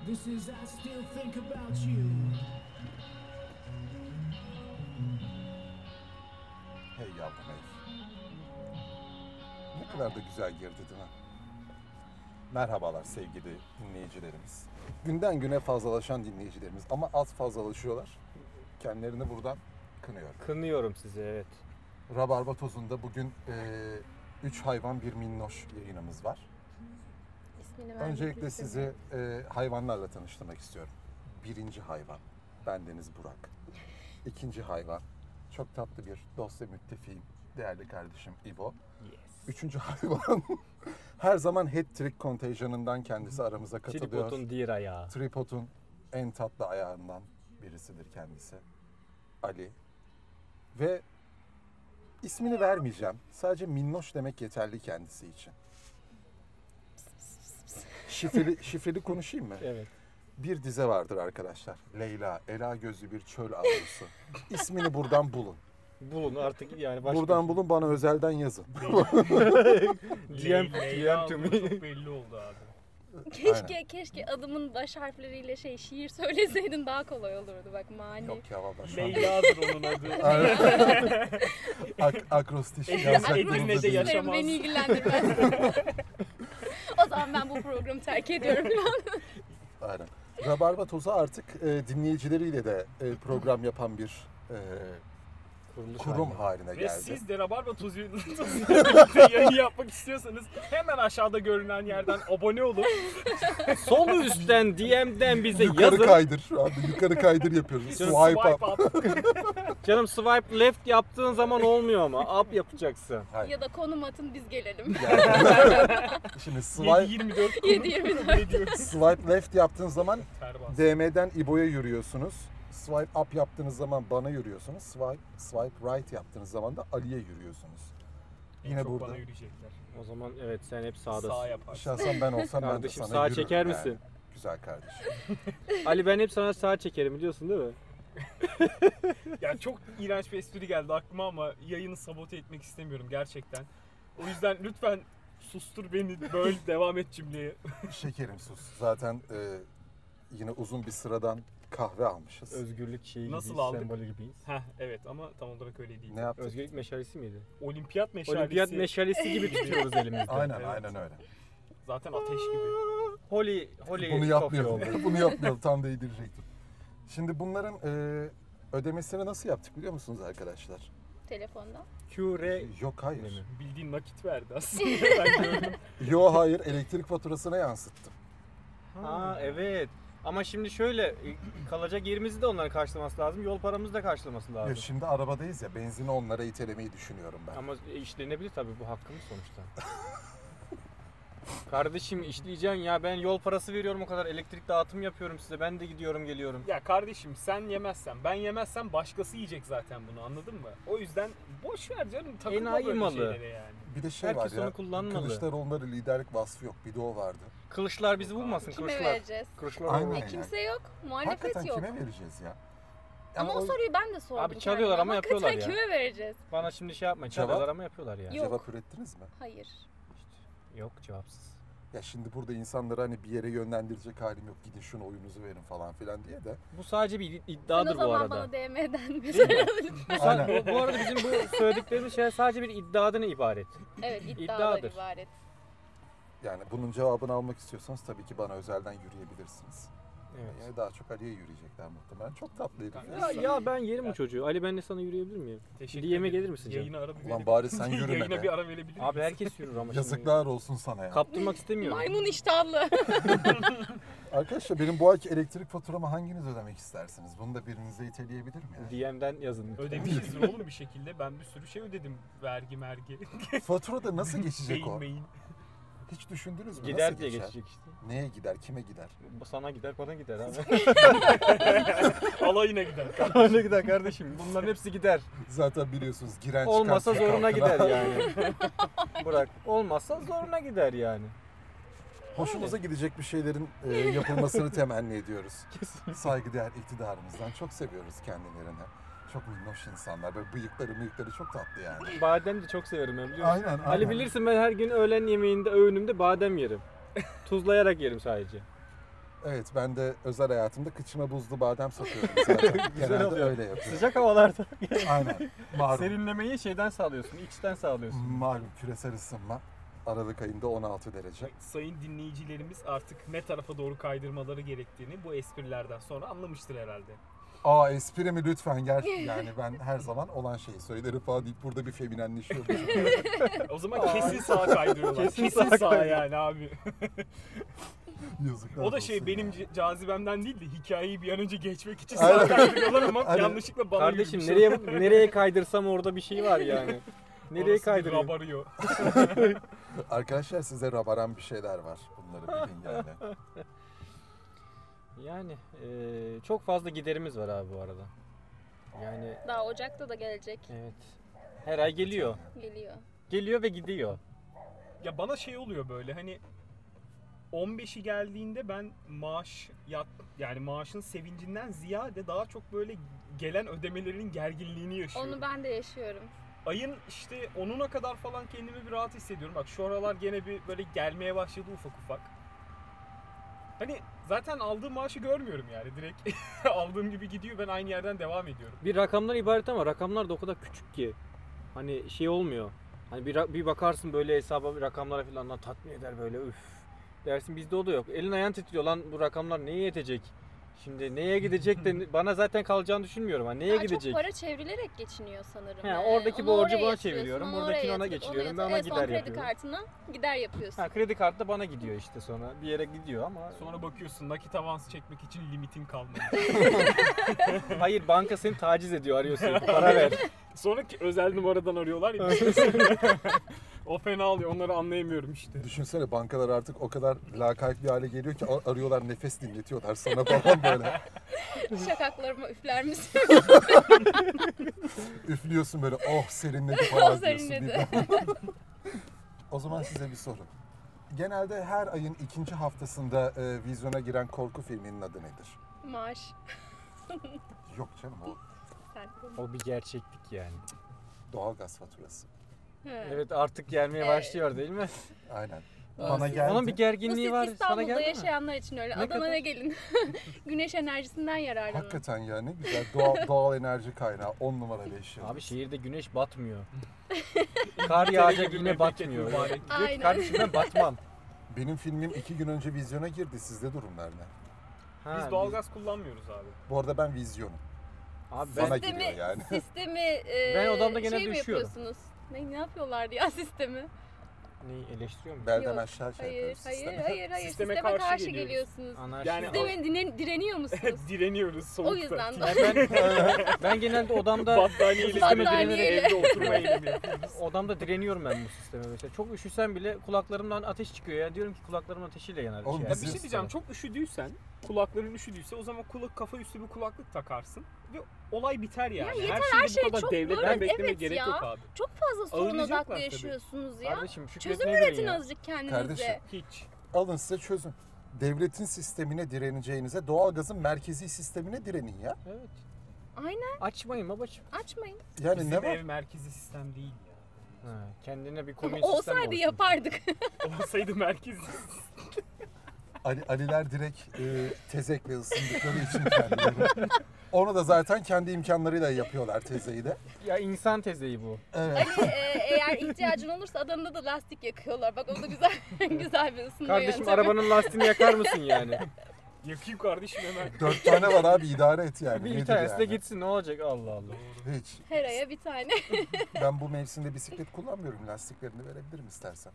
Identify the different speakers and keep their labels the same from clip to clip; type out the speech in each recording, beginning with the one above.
Speaker 1: This is I still think about you.
Speaker 2: Hey yavrum hey. Ne kadar da güzel girdi değil mi? Merhabalar sevgili dinleyicilerimiz. Günden güne fazlalaşan dinleyicilerimiz ama az fazlalaşıyorlar. Kendilerini buradan kınıyorum.
Speaker 3: Kınıyorum sizi, evet.
Speaker 2: Rabarba Tozu'nda bugün 3 hayvan bir minnoş yayınımız var. Öncelikle sizi hayvanlarla tanıştırmak istiyorum. Birinci hayvan, bendeniz Burak. İkinci hayvan, çok tatlı bir dost ve müttefiğim, değerli kardeşim İbo.
Speaker 3: Yes.
Speaker 2: Üçüncü hayvan, her zaman hat-trick kontenjanından kendisi aramıza katılıyor.
Speaker 3: Tripod'un diğer ayağı.
Speaker 2: Tripod'un en tatlı ayağından birisidir kendisi. Ali. Ve ismini vermeyeceğim. Sadece minnoş demek yeterli kendisi için. Şifreli konuşayım mı?
Speaker 3: Evet.
Speaker 2: Bir dize vardır arkadaşlar. Leyla, ela gözlü bir çöl avlusu. İsmini buradan bulun.
Speaker 3: Bulun artık yani başka.
Speaker 2: Buradan bulun, bana özelden yazın.
Speaker 3: DM to me.
Speaker 4: Çok belli oldu abi.
Speaker 5: Keşke adımın baş harfleriyle şiir söyleseydin daha kolay olurdu bak mani.
Speaker 2: Yok ya valla şu an.
Speaker 4: Leyla'dır onun adı.
Speaker 2: Akrostiş
Speaker 4: Edirne-
Speaker 2: yazsak
Speaker 4: Edirne'de
Speaker 2: burada değil.
Speaker 4: yaşamaz.
Speaker 5: Beni ilgilendirmez. O zaman ben bu programı terk ediyorum.
Speaker 2: Aynen. Rabarba Tozu artık dinleyicileriyle de program yapan bir
Speaker 3: Kuruluş
Speaker 2: kurum
Speaker 3: haline.
Speaker 2: haline
Speaker 4: Ve
Speaker 2: geldi.
Speaker 4: siz de Rabarba Tozu'yla birlikte yayın yapmak istiyorsanız hemen aşağıda görünen yerden abone olun.
Speaker 3: Sol üstten DM'den bize
Speaker 2: Yukarı
Speaker 3: yazın.
Speaker 2: kaydır şu anda. Yukarı kaydır yapıyoruz.
Speaker 3: Canım,
Speaker 2: Swipe up.
Speaker 3: Canım swipe left yaptığın zaman olmuyor ama up yapacaksın.
Speaker 2: Hayır.
Speaker 5: Ya da konum atın biz gelelim.
Speaker 2: Şimdi
Speaker 4: 7-24
Speaker 5: 7-24.
Speaker 2: swipe left yaptığın zaman
Speaker 4: Terbas.
Speaker 2: DM'den İbo'ya yürüyorsunuz. Swipe up yaptığınız zaman bana yürüyorsunuz. Swipe right yaptığınız zaman da Ali'ye yürüyorsunuz. Yine
Speaker 4: Çok
Speaker 2: burada.
Speaker 4: bana yürüyecekler.
Speaker 3: O zaman evet sen hep sağdasın.
Speaker 4: Sağ yaparsın.
Speaker 2: Şahsen ben olsam ben de
Speaker 3: Kardeşim
Speaker 2: sana
Speaker 3: sağa
Speaker 2: yürürüm
Speaker 3: çeker
Speaker 2: yani.
Speaker 3: misin?
Speaker 2: Güzel kardeşim.
Speaker 3: Ali ben hep sana sağa çekerim biliyorsun değil mi?
Speaker 4: Yani çok iğrenç bir espri geldi aklıma ama yayını sabote etmek istemiyorum gerçekten. O yüzden lütfen sustur beni, böyle devam et cümleye.
Speaker 2: Şekerim sus. Zaten yine uzun bir sıradan kahve almışız.
Speaker 3: Özgürlük şeyi
Speaker 4: Nasıl
Speaker 3: gibiyiz,
Speaker 4: aldık?
Speaker 3: sembolü gibiyiz.
Speaker 4: Heh evet ama tam olarak öyle değil.
Speaker 2: Ne yaptık?
Speaker 3: Özgürlük meşalesi miydi?
Speaker 4: Olimpiyat meşalesi.
Speaker 3: Olimpiyat meşalesi gibi tutuyoruz elimizde.
Speaker 2: Aynen
Speaker 4: Evet.
Speaker 2: aynen öyle.
Speaker 4: Zaten ateş gibi.
Speaker 3: Holy
Speaker 2: Bunu
Speaker 3: çok iyi
Speaker 2: yapmayalım.
Speaker 3: oldu.
Speaker 2: Bunu yapmayalım. Tam değdirecektim. Şimdi bunların ödemesini nasıl yaptık biliyor musunuz arkadaşlar?
Speaker 5: Telefonda.
Speaker 3: Q-R
Speaker 2: Yok hayır.
Speaker 3: Ne mi?
Speaker 4: Bildiğin nakit verdi aslında. Ben gördüm.
Speaker 2: Yo hayır, elektrik faturasına yansıttım.
Speaker 3: Ha evet. Ama şimdi şöyle kalacak yerimizi de onların karşılaması lazım. Yol paramızı da karşılaması lazım.
Speaker 2: Ya şimdi arabadayız ya, benzini onlara itelemeyi düşünüyorum ben.
Speaker 3: Ama işlenebilir tabii, bu hakkımız sonuçta. Kardeşim işleyeceksin ya, ben yol parası veriyorum o kadar, elektrik dağıtım yapıyorum size, ben de gidiyorum geliyorum.
Speaker 4: Ya kardeşim sen yemezsen, ben yemezsem başkası yiyecek zaten bunu, anladın mı? O yüzden boş ver canım, takılma
Speaker 3: Enayi
Speaker 4: böyle
Speaker 3: malı.
Speaker 4: şeylere yani.
Speaker 2: Bir de şey
Speaker 3: Herkes
Speaker 2: var ya,
Speaker 3: onu kullanmalı.
Speaker 2: Kılıçdaroğlu'nda liderlik vasfı yok. Bir de o vardı.
Speaker 3: Kılıçlar bizi bulmasın,
Speaker 5: Kime
Speaker 3: kılıçlar.
Speaker 5: vereceğiz?
Speaker 3: Kılıçlar
Speaker 2: Aynen.
Speaker 3: olmaz.
Speaker 5: Kimse yok. Muhalefet
Speaker 2: Hakikaten
Speaker 5: yok.
Speaker 2: kime vereceğiz ya?
Speaker 5: Ama
Speaker 2: Yani
Speaker 5: o soruyu ben de sordum.
Speaker 3: Abi çalıyorlar ama
Speaker 5: kendime.
Speaker 3: yapıyorlar
Speaker 5: Hakikaten
Speaker 3: ya.
Speaker 5: kime vereceğiz?
Speaker 3: Bana şimdi şey yapmayın,
Speaker 2: Cevap?
Speaker 3: çalıyorlar ama yapıyorlar yani.
Speaker 5: Yok.
Speaker 2: Cevap ürettiniz mi?
Speaker 5: Hayır.
Speaker 3: Yok, cevapsız.
Speaker 2: Ya şimdi burada insanları hani bir yere yönlendirecek halim yok. Gidin şunu oyunuzu verin falan filan diye de.
Speaker 3: Bu sadece bir
Speaker 5: Sen o
Speaker 3: iddiadır bu
Speaker 5: zaman
Speaker 3: arada.
Speaker 5: bana DM'den bir
Speaker 2: Aynen.
Speaker 3: Bu arada bizim bu söylediklerimiz şey sadece bir iddiadan ibaret.
Speaker 5: Evet iddialar
Speaker 3: İddiadır.
Speaker 5: ibaret.
Speaker 2: Yani bunun cevabını almak istiyorsanız tabii ki bana özelden yürüyebilirsiniz.
Speaker 3: Evet.
Speaker 2: Yani daha çok Ali'ye yürüyecekler muhtemelen. Çok tatlı
Speaker 3: Ya,
Speaker 2: herif.
Speaker 3: ya ben yerim bu çocuğu. Ali, ben de sana yürüyebilir miyim?
Speaker 4: Teşekkür
Speaker 3: DM'e
Speaker 4: ederim.
Speaker 3: gelir misin canım?
Speaker 4: Yayına ara bir
Speaker 2: Ulan
Speaker 4: verelim.
Speaker 2: bari sen yürüme
Speaker 4: Yayına
Speaker 2: be.
Speaker 4: bir ara verebilir
Speaker 3: Abi
Speaker 4: miyiz?
Speaker 3: herkes yürür ama
Speaker 2: Yazıklar olsun sana ya.
Speaker 3: şimdi. Kaptırmak istemiyorum.
Speaker 5: Maymun iştahlı.
Speaker 2: Arkadaşlar benim bu ayki elektrik faturamı hanginiz ödemek istersiniz? Bunu da birinize iteleyebilir mi? Yani?
Speaker 3: DM'den yazın lütfen.
Speaker 4: Ödemişizdir oğlum bir şekilde. Ben bir sürü şey ödedim. Vergi mergi.
Speaker 2: Fatura da nasıl geçecek
Speaker 4: Beyin
Speaker 2: o?
Speaker 4: meyin.
Speaker 2: Hiç düşündünüz mü?
Speaker 3: Gider
Speaker 2: Nasıl
Speaker 3: diye
Speaker 2: geçer?
Speaker 3: geçecek işte.
Speaker 2: Neye gider? Kime gider?
Speaker 3: Sana gider, bana gider abi.
Speaker 4: Alayına gider.
Speaker 3: Bana gider kardeşim. Bunların hepsi gider.
Speaker 2: Zaten biliyorsunuz giren çıkan
Speaker 3: Olmasa
Speaker 2: çıkan
Speaker 3: zoruna
Speaker 2: falan.
Speaker 3: gider yani. Bırak. Olmazsa zoruna gider yani.
Speaker 2: Hoşumuza gidecek bir şeylerin yapılmasını temenni ediyoruz. Saygıdeğer iktidarımızdan çok seviyoruz kendilerini. Çok minnoş insanlar. Böyle bıyıkları çok tatlı yani.
Speaker 3: Badem de çok severim ben, biliyor musun?
Speaker 2: Aynen.
Speaker 3: Ali bilirsin, ben her gün öğlen yemeğinde öğünümde badem yerim. Tuzlayarak yerim sadece.
Speaker 2: Evet, ben de özel hayatımda kıçıma buzlu badem satıyorum zaten. Genelde
Speaker 3: oluyor.
Speaker 2: öyle yapıyorum.
Speaker 3: Sıcak havalarda
Speaker 2: Aynen. Malum.
Speaker 3: serinlemeyi şeyden sağlıyorsun, içten sağlıyorsun.
Speaker 2: Malum küresel ısınma. Aralık ayında 16 derece.
Speaker 4: Sayın dinleyicilerimiz artık ne tarafa doğru kaydırmaları gerektiğini bu esprilerden sonra anlamıştır herhalde.
Speaker 2: Aa, espri mi lütfen gel. Yani ben her zaman olan şeyi söylerim falan deyip burada bir feminenleşiyorum.
Speaker 4: O zaman kesin sağa kaydırıyorlar.
Speaker 3: Kesin
Speaker 4: Kesin,
Speaker 3: sağa
Speaker 4: sağa
Speaker 3: kaydırıyor.
Speaker 4: yani abi.
Speaker 2: Yazıklar
Speaker 4: O da
Speaker 2: olsun
Speaker 4: benim
Speaker 2: ya.
Speaker 4: cazibemden değil de hikayeyi bir an önce geçmek için
Speaker 2: Aynen.
Speaker 4: sağa kaydırıyorlar ama
Speaker 2: Aynen.
Speaker 4: yanlışlıkla bana
Speaker 3: Kardeşim
Speaker 4: yürümüş.
Speaker 3: nereye kaydırsam orada bir şey var yani. Nereye
Speaker 4: Orası bir
Speaker 3: kaydırayım?
Speaker 4: rabarıyor.
Speaker 2: Arkadaşlar size rabaran bir şeyler var. Bunları bilin yani.
Speaker 3: Yani çok fazla giderimiz var abi bu arada. Yani
Speaker 5: Daha Ocak'ta da gelecek.
Speaker 3: evet. Her ay geliyor.
Speaker 5: Geliyor.
Speaker 3: Geliyor ve gidiyor.
Speaker 4: Ya bana şey oluyor böyle hani 15'i geldiğinde ben yani maaşın sevincinden ziyade daha çok böyle gelen ödemelerin gerginliğini yaşıyorum.
Speaker 5: Onu ben de yaşıyorum.
Speaker 4: Ayın işte 10'una kadar falan kendimi bir rahat hissediyorum. Bak şu aralar gene bir böyle gelmeye başladı ufak ufak. Hani zaten aldığım maaşı görmüyorum yani direkt aldığım gibi gidiyor, ben aynı yerden devam ediyorum.
Speaker 3: Bir rakamdan ibaret ama rakamlar da o kadar küçük ki. Hani şey olmuyor. Hani bir bakarsın böyle hesaba, bir rakamlara falan lan tatmin eder böyle üf dersin, bizde o da yok. Elin ayağın titriyor lan, bu rakamlar neye yetecek? Şimdi neye gidecek de bana zaten kalacağını düşünmüyorum. Hani neye
Speaker 5: Daha
Speaker 3: gidecek?
Speaker 5: çok para çevrilerek geçiniyor sanırım.
Speaker 3: He,
Speaker 5: Yani.
Speaker 3: oradaki
Speaker 5: Onu
Speaker 3: borcu
Speaker 5: oraya
Speaker 3: bana
Speaker 5: yatırıyorsun,
Speaker 3: çeviriyorum,
Speaker 5: onu
Speaker 3: buradakini
Speaker 5: oraya
Speaker 3: ona
Speaker 5: yatırıp
Speaker 3: geçiriyorum,
Speaker 5: yatır-
Speaker 3: ben ona
Speaker 5: en son
Speaker 3: gider
Speaker 5: kredi
Speaker 3: yapıyorum.
Speaker 5: kartına gider yapıyorsun.
Speaker 3: Ha, kredi kartı da bana gidiyor işte, sonra bir yere gidiyor ama
Speaker 4: Sonra bakıyorsun nakit avans çekmek için limitin kalmadı.
Speaker 3: hayır, banka seni taciz ediyor, arıyor seni, para ver.
Speaker 4: Sonra özel numaradan arıyorlar ya. O fena oluyor, onları anlayamıyorum işte.
Speaker 2: Düşünsene, bankalar artık o kadar lakayt bir hale geliyor ki arıyorlar, nefes dinletiyorlar sana falan böyle.
Speaker 5: Şakaklarıma üfler misin?
Speaker 2: Üflüyorsun böyle, oh serinledi falan diyorsun.
Speaker 5: Serinledi.
Speaker 2: O zaman size bir soru. Genelde her ayın ikinci haftasında vizyona giren korku filminin adı nedir?
Speaker 5: Maaş.
Speaker 2: Yok canım, o
Speaker 5: Sen.
Speaker 3: O bir gerçeklik yani.
Speaker 2: doğalgaz faturası.
Speaker 5: He.
Speaker 3: Evet, artık gelmeye başlıyor değil mi?
Speaker 2: Aynen.
Speaker 5: Olsun.
Speaker 2: Bana geldi.
Speaker 3: Onun bir
Speaker 5: Bu
Speaker 3: gerginliği
Speaker 5: siz
Speaker 3: var. Sana
Speaker 5: İstanbul'da
Speaker 3: geldi mi?
Speaker 5: yaşayanlar için öyle.
Speaker 3: Ne
Speaker 5: Adana'ya
Speaker 3: kadar?
Speaker 5: gelin. Güneş enerjisinden yararlanın.
Speaker 2: Hakikaten ya, ne güzel doğal enerji kaynağı, 10 numara 5 yıldız.
Speaker 3: Abi şehirde güneş batmıyor. Kar yağacak yine
Speaker 4: Memleket
Speaker 3: batmıyor.
Speaker 4: mübarek.
Speaker 3: Diyor ki,
Speaker 5: Aynen.
Speaker 3: kardeşim ben batmam.
Speaker 2: Benim filmim 2 gün önce vizyona girdi. Sizde durumlar ne?
Speaker 3: Ha,
Speaker 4: Biz doğalgaz kullanmıyoruz abi.
Speaker 2: Bu arada ben vizyonum.
Speaker 3: Abi
Speaker 2: Bana
Speaker 3: ben
Speaker 2: giriyor yani.
Speaker 5: Sistemi
Speaker 3: Ben odamda genelde
Speaker 5: şey mi
Speaker 3: üşüyorum.
Speaker 5: yapıyorsunuz? Ne yapıyorlardı ya sistemi?
Speaker 3: neyi eleştiriyor muyum?
Speaker 2: Belden
Speaker 5: Yok,
Speaker 2: aşağı şey
Speaker 5: Hayır,
Speaker 2: yapıyoruz
Speaker 5: hayır,
Speaker 2: sisteme.
Speaker 5: hayır, hayır.
Speaker 4: Sisteme
Speaker 5: Sisteme
Speaker 4: karşı
Speaker 5: karşı
Speaker 4: geliyoruz.
Speaker 5: geliyorsunuz.
Speaker 3: Anarşi.
Speaker 4: Yani
Speaker 5: Sisteme direniyor musunuz?
Speaker 4: direniyoruz soğukta.
Speaker 5: O yüzden de.
Speaker 3: Yani ben genelde odamda
Speaker 4: Battaniyeyle
Speaker 3: sisteme
Speaker 5: Battaniyeyle.
Speaker 3: direnerek
Speaker 4: evde oturma eylemi yapıyoruz.
Speaker 3: odamda direniyorum ben bu sisteme mesela. Çok üşüsem bile kulaklarımdan ateş çıkıyor ya. Diyorum ki kulaklarımın ateşiyle yanar.
Speaker 2: Oğlum,
Speaker 4: Ya
Speaker 2: Bizim
Speaker 4: bir şey diyeceğim, çok üşüdüysen, kulakların üşüdüyse o zaman kafa üstü bir kulaklık takarsın ve olay biter yani.
Speaker 5: Ya yeter,
Speaker 4: her
Speaker 5: her
Speaker 4: şeyi
Speaker 5: şey
Speaker 4: bu kadar
Speaker 5: çok
Speaker 4: devletten
Speaker 5: böyle,
Speaker 4: beklemeye
Speaker 5: evet
Speaker 4: gerek
Speaker 5: ya.
Speaker 4: yok abi.
Speaker 5: Çok fazla sorun
Speaker 4: Ağırlayacaklar
Speaker 5: odaklı
Speaker 4: tabii.
Speaker 5: yaşıyorsunuz ya.
Speaker 3: Kardeşim
Speaker 5: Çözüm
Speaker 3: şükretmeyi bilin
Speaker 5: üretin
Speaker 3: ya.
Speaker 5: azıcık kendinize.
Speaker 2: Kardeşim.
Speaker 4: Hiç.
Speaker 2: Alın size çözüm. Devletin sistemine direneceğinize doğalgazın merkezi sistemine direnin ya.
Speaker 3: Evet.
Speaker 5: Aynen,
Speaker 3: Açmayın babacığım.
Speaker 5: açmayın.
Speaker 2: Yani
Speaker 4: Bizim
Speaker 2: ne var?
Speaker 4: ev merkezi sistem değil ya.
Speaker 3: Ha, kendine bir komün sistem
Speaker 5: Olsaydı
Speaker 3: olsun.
Speaker 5: yapardık.
Speaker 4: Olsaydı merkezi.
Speaker 2: Aliler direkt tezekle ısındıkları için kendileri. Onu da zaten kendi imkanlarıyla yapıyorlar tezeyi de.
Speaker 3: Ya insan tezeyi bu.
Speaker 2: Evet.
Speaker 5: Ali eğer ihtiyacın olursa Adana'da da lastik yakıyorlar. Bak o da güzel güzel bir ısınma
Speaker 3: Kardeşim
Speaker 5: yöntemi.
Speaker 3: arabanın lastiğini yakar mısın yani?
Speaker 4: Yakayım kardeşim hemen.
Speaker 2: 4 tane var abi, idare et yani.
Speaker 3: Bir
Speaker 2: Nedir
Speaker 3: tanesi de
Speaker 2: yani?
Speaker 3: gitsin, ne olacak, Allah Allah.
Speaker 2: Hiç.
Speaker 5: Her aya bir tane.
Speaker 2: Ben bu mevsimde bisiklet kullanmıyorum. Lastiklerini verebilirim istersen.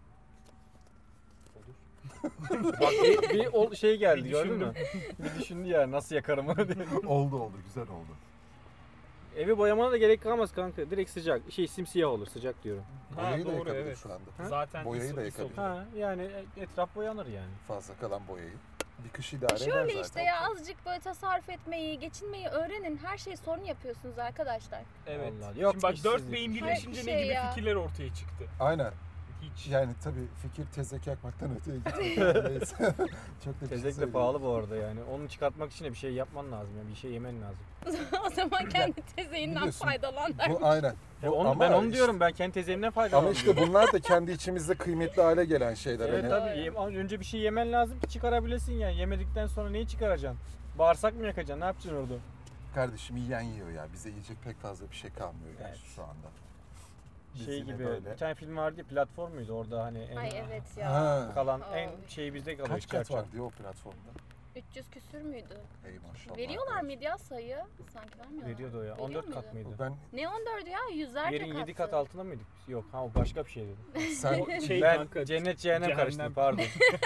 Speaker 3: Bak bir şey geldi,
Speaker 4: Bir
Speaker 3: gördün mü? Bir düşündü ya, nasıl yakarım onu diye.
Speaker 2: Oldu güzel oldu.
Speaker 3: Evi boyamana da gerek kalmaz kanka. Direkt sıcak. Simsiyah olur, sıcak diyorum.
Speaker 4: Ha,
Speaker 2: Boyayı da
Speaker 4: doğru,
Speaker 2: yakabilir
Speaker 4: evet.
Speaker 2: şu anda.
Speaker 3: Ha?
Speaker 4: Zaten
Speaker 2: Boyayı da
Speaker 4: is
Speaker 2: yakabilir.
Speaker 4: oluyor.
Speaker 3: Ha yani etraf boyanır yani.
Speaker 2: Fazla kalan boyayı. Bir kış idare eder
Speaker 5: Şöyle
Speaker 2: zaten.
Speaker 5: işte ya, azıcık böyle tasarruf etmeyi, geçinmeyi öğrenin. Her şey sorun yapıyorsunuz arkadaşlar.
Speaker 4: Evet.
Speaker 3: Allah, yok
Speaker 4: Şimdi bak 4
Speaker 3: işsizlik.
Speaker 4: beyin
Speaker 5: Hayır,
Speaker 4: birleşince
Speaker 5: bir
Speaker 4: ne
Speaker 5: şey
Speaker 4: gibi
Speaker 5: ya.
Speaker 4: fikirler ortaya çıktı.
Speaker 2: Aynen.
Speaker 4: Hiç.
Speaker 2: Yani tabii fikir tezek yakmaktan öteye gidiyor. Neyse. Çok da bir şey
Speaker 3: Tezek de
Speaker 2: söyleyeyim.
Speaker 3: pahalı bu arada yani. Onu çıkartmak için de bir şey yapman lazım yani. Bir şey yemen lazım.
Speaker 5: O zaman kendi tezeğinden
Speaker 2: Biliyorsun,
Speaker 5: faydalan der.
Speaker 2: Bu aynen.
Speaker 3: Ben onu diyorum. Ben kendi tezemden
Speaker 2: Ama
Speaker 3: faydalanıyorum.
Speaker 2: işte bunlar da kendi içimizde kıymetli hale gelen şeyler.
Speaker 3: Evet
Speaker 2: Hani
Speaker 3: tabii. Önce bir şey yemen lazım ki çıkarabilesin yani. Yemedikten sonra neyi çıkaracaksın? Bağırsak mı yakacaksın? Ne yapacaksın orada?
Speaker 2: kardeşim yiyen yiyor ya. Bize yiyecek pek fazla bir şey kalmıyor yani
Speaker 3: Evet.
Speaker 2: şu anda. Biz
Speaker 3: Şey
Speaker 2: yine
Speaker 3: gibi
Speaker 2: böyle.
Speaker 3: bir tane film vardı ya, platform muydu orada hani en
Speaker 5: Ay evet ya.
Speaker 2: Ha.
Speaker 3: kalan
Speaker 5: Ay.
Speaker 3: en şey bizde kalıyor.
Speaker 2: Kaç kat
Speaker 3: çarçur.
Speaker 2: var diyor o platformda?
Speaker 5: 300 küsür müydü?
Speaker 2: Ey maşallah.
Speaker 5: Veriyorlar
Speaker 2: Evet.
Speaker 5: mıydı ya sayı? Sanki vermiyorlar.
Speaker 3: Veriyordu o ya.
Speaker 5: Veriyor
Speaker 3: 14 kat
Speaker 5: muydu?
Speaker 3: mıydı?
Speaker 2: Ben
Speaker 5: Ne 14'ü ya? Yüzlerce
Speaker 3: Yerin 7 kat
Speaker 5: kattı.
Speaker 3: altında mıydık? Yok ha o başka bir şeydi.
Speaker 2: sen
Speaker 4: Şey
Speaker 3: Ben
Speaker 4: kanka,
Speaker 3: cennet cehennem karıştırdım pardon.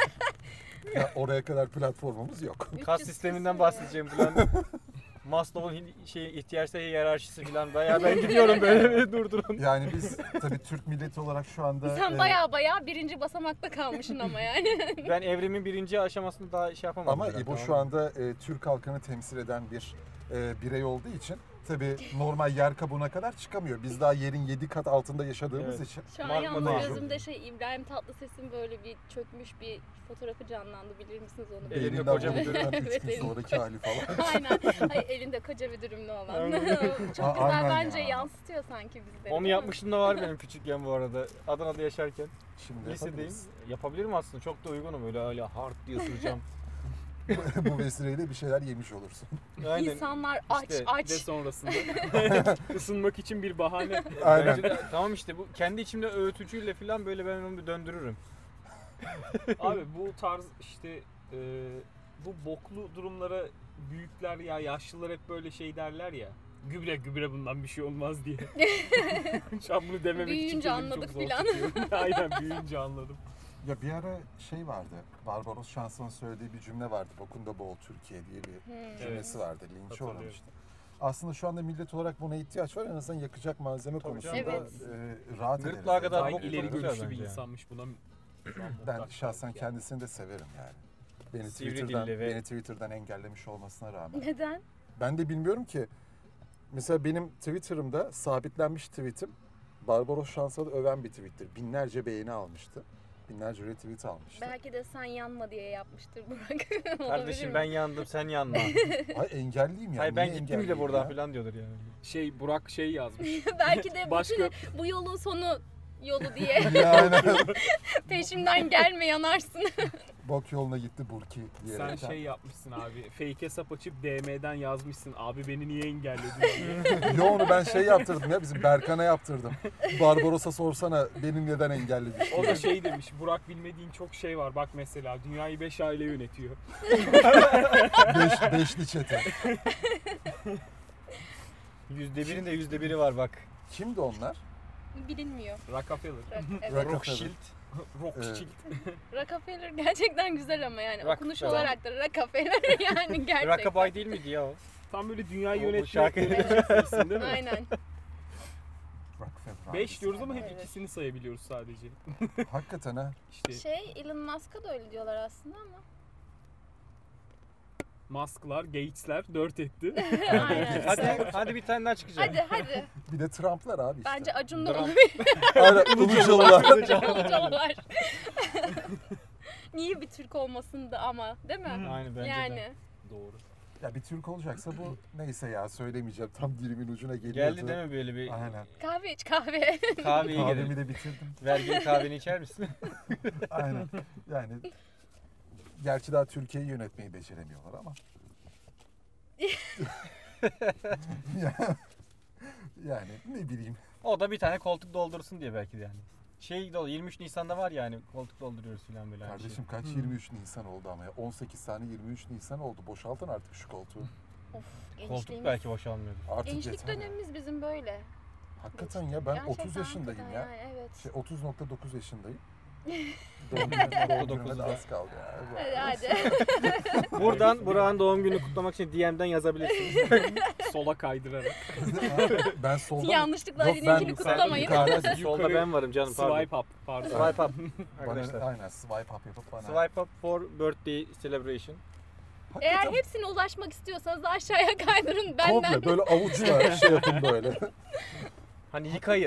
Speaker 2: ya oraya kadar platformumuz yok.
Speaker 5: 300
Speaker 3: Kas sisteminden
Speaker 5: küsür
Speaker 3: bahsedeceğim falan. Maslow'un ihtiyaçları hiyerarşisi falan. Bayağı ben gidiyorum böyle durdurun.
Speaker 2: Yani biz tabii Türk milleti olarak şu anda
Speaker 5: ya. Sen baya birinci basamakta kalmışsın ama yani.
Speaker 3: Ben evrimin birinci aşamasında daha şey yapamadım.
Speaker 2: ama
Speaker 3: herhalde,
Speaker 2: İbo
Speaker 3: tamam
Speaker 2: şu
Speaker 3: mı?
Speaker 2: anda Türk halkını temsil eden bir birey olduğu için tabii normal yer kabuğuna kadar çıkamıyor. Biz daha yerin 7 kat altında yaşadığımız
Speaker 3: Evet.
Speaker 2: için.
Speaker 5: Şu an
Speaker 3: Magma
Speaker 5: yalnız
Speaker 3: mağazı.
Speaker 5: gözümde İbrahim Tatlıses'in böyle bir çökmüş bir fotoğrafı canlandı, bilir misiniz onu?
Speaker 3: Elinde
Speaker 2: Beyninden
Speaker 3: koca bir
Speaker 2: vurulduğundan
Speaker 5: dürüm.
Speaker 2: 3 gün
Speaker 5: Evet,
Speaker 2: sonraki hali falan.
Speaker 5: Aynen. Ay, elinde koca bir dürümlü olan.
Speaker 3: Aynen.
Speaker 5: Çok
Speaker 2: Aa,
Speaker 5: güzel
Speaker 2: aynen
Speaker 5: bence
Speaker 2: ya.
Speaker 5: yansıtıyor sanki bizleri.
Speaker 3: Onu
Speaker 5: değil mi?
Speaker 3: yapmıştım da var benim küçükken bu arada. Adana'da yaşarken.
Speaker 2: Şimdi
Speaker 3: Lisedeyim.
Speaker 2: yapabiliriz.
Speaker 3: Yapabilirim aslında. Çok da uygunum öyle hard diye ısıracağım.
Speaker 2: Bu vesileyle bir şeyler yemiş olursun.
Speaker 3: Aynen.
Speaker 5: İnsanlar aç
Speaker 3: İşte
Speaker 5: aç.
Speaker 4: Ve sonrasında ısınmak için bir bahane.
Speaker 2: Aynen.
Speaker 3: Bence de, tamam işte bu kendi içimde öğütücüyle falan böyle ben onu bir döndürürüm.
Speaker 4: Abi bu tarz işte bu boklu durumlara büyükler ya yaşlılar hep böyle şey derler ya. Gübre bundan bir şey olmaz diye. Şu an bunu dememek için
Speaker 5: Büyüyünce
Speaker 4: kendimi
Speaker 5: anladık
Speaker 4: çok zor
Speaker 5: filan.
Speaker 4: tutuyorum. Aynen büyüyünce anladım.
Speaker 2: Ya bir ara şey vardı. Barbaros Şanslı'nın söylediği bir cümle vardı. Bokunda bol Türkiye diye bir cümlesi vardı. Linçe
Speaker 4: Hatırlıyorum.
Speaker 2: uğramıştı. Aslında şu anda millet olarak buna ihtiyaç var. En azından yakacak malzeme
Speaker 3: Tabii
Speaker 2: konusunda
Speaker 5: canım.
Speaker 2: rahat ederiz.
Speaker 3: Gırtlağa kadar
Speaker 4: Daha
Speaker 3: bok
Speaker 4: ileri
Speaker 3: tutuyor
Speaker 4: görüşlü bir
Speaker 3: bence.
Speaker 4: insanmış buna.
Speaker 2: Ben şahsen kendisini de severim yani. Beni
Speaker 3: Sivri
Speaker 2: Twitter'dan,
Speaker 3: dilli ve-
Speaker 2: beni Twitter'dan engellemiş olmasına rağmen.
Speaker 5: Neden?
Speaker 2: Ben de bilmiyorum ki. Mesela benim Twitter'ımda sabitlenmiş tweetim Barbaros Şanslı'yı öven bir tweettir. Binlerce beğeni almıştı. Binlerce retweet almıştı.
Speaker 5: Belki de sen yanma diye yapmıştır Burak.
Speaker 3: Kardeşim ben yandım sen yanma.
Speaker 2: Ay engelliyim ya.
Speaker 3: Hayır ben
Speaker 2: niye
Speaker 3: gittim bile
Speaker 2: engelliyim
Speaker 3: buradan
Speaker 2: ya?
Speaker 3: falan diyordur yani.
Speaker 4: Şey Burak şey yazmış.
Speaker 5: Belki de
Speaker 4: Başka
Speaker 5: bu yolun sonu yolu diye
Speaker 2: Yani
Speaker 5: peşimden gelme yanarsın.
Speaker 2: bok yoluna gitti Burki
Speaker 4: sen
Speaker 2: diyerek.
Speaker 4: şey yapmışsın abi. Fake hesap açıp DM'den yazmışsın. Abi beni niye engelledin diye.
Speaker 2: Yo onu ben şey yaptırdım ya bizim Berkan'a yaptırdım. Barbaros'a sorsana beni neden engelledi?
Speaker 4: O da şey demiş. Burak bilmediğin çok şey var. Bak mesela dünyayı 5 aile yönetiyor.
Speaker 2: Beşli çete.
Speaker 3: %1'in de %1'i var bak.
Speaker 2: Kimdi onlar?
Speaker 5: Bilinmiyor.
Speaker 4: Rockefeller.
Speaker 5: Evet.
Speaker 2: Rockefeller.
Speaker 3: Rothschild.
Speaker 4: Rothschild.
Speaker 5: Rockefeller gerçekten güzel ama yani okunuş
Speaker 3: Rockefeller.
Speaker 5: olarak da Rockefeller yani gerçekten.
Speaker 3: Rockabye değil miydi ya o?
Speaker 4: Tam böyle dünyayı
Speaker 3: O
Speaker 4: yönetmek
Speaker 3: şarkı-
Speaker 4: yöneteceksin değil mi?
Speaker 5: Aynen.
Speaker 2: Rockefeller
Speaker 4: 5
Speaker 2: ailesi.
Speaker 4: diyoruz ama hep
Speaker 5: Evet.
Speaker 4: ikisini sayabiliyoruz sadece.
Speaker 2: Hakikaten ha.
Speaker 4: İşte
Speaker 5: Elon Musk'a da öyle diyorlar aslında ama.
Speaker 4: Musk'lar, Gates'ler 4 etti.
Speaker 5: Aynen.
Speaker 3: Hadi bir tane daha çıkacak.
Speaker 5: Hadi.
Speaker 2: Bir de Trump'lar abi işte.
Speaker 5: Bence Acun da
Speaker 3: Dram.
Speaker 5: olabilir.
Speaker 2: Aynen Ilıcalılar.
Speaker 5: Ilıcalılar. Niye bir Türk olmasındı ama değil mi?
Speaker 3: Aynı bence
Speaker 5: Yani.
Speaker 3: de.
Speaker 4: Doğru.
Speaker 2: Ya bir Türk olacaksa bu neyse ya söylemeyeceğim. Tam dilimin ucuna geliyordu.
Speaker 3: Geldi değil mi böyle bir
Speaker 2: Aynen.
Speaker 5: Kahve iç kahve.
Speaker 3: kahveye
Speaker 2: Kahvemi
Speaker 3: girelim.
Speaker 2: de bitirdim.
Speaker 3: Vergili kahveni içer misin?
Speaker 2: Aynen. Yani gerçi daha Türkiye'yi yönetmeyi beceremiyorlar ama. yani ne bileyim.
Speaker 3: O da bir tane koltuk doldursun diye belki de yani. 23 Nisan'da var yani koltuk dolduruyoruz falan böyle. her
Speaker 2: Kardeşim kaç 23 Nisan oldu ama ya. 18 tane 23 Nisan oldu. Boşaltın artık şu koltuğu.
Speaker 5: Of,
Speaker 3: şey. Koltuk
Speaker 5: gençliğimiz.
Speaker 3: belki boşalmıyordu.
Speaker 2: Artık
Speaker 5: Gençlik
Speaker 2: yeter.
Speaker 5: dönemimiz bizim böyle.
Speaker 2: Hakikaten ya ben
Speaker 5: Gerçekten
Speaker 2: 30 yaşındayım
Speaker 5: hakikaten
Speaker 2: ya.
Speaker 5: yani, evet.
Speaker 2: 30.9 yaşındayım. Doğum günüme de az kaldı ya.
Speaker 5: Hadi.
Speaker 3: Buradan Burak'ın doğum günü kutlamak için DM'den yazabilirsiniz.
Speaker 4: Sola kaydırarak.
Speaker 2: Ben solda
Speaker 5: Yanlışlıkla
Speaker 2: Yok,
Speaker 5: Ali'ninkini
Speaker 2: ben-
Speaker 5: kutlamayın.
Speaker 2: yukarıda
Speaker 3: Solda ben varım canım pardon.
Speaker 4: Swipe up. Pardon.
Speaker 3: Swipe up.
Speaker 2: bana,
Speaker 3: Arkadaşlar.
Speaker 2: aynen swipe up yapıp bana.
Speaker 3: Swipe up for birthday celebration.
Speaker 5: Eğer
Speaker 2: Hakikaten
Speaker 5: hepsine ulaşmak istiyorsanız da aşağıya kaydırın benden.
Speaker 2: komple böyle avuçla şey yapın böyle.
Speaker 3: Hani yıkayın.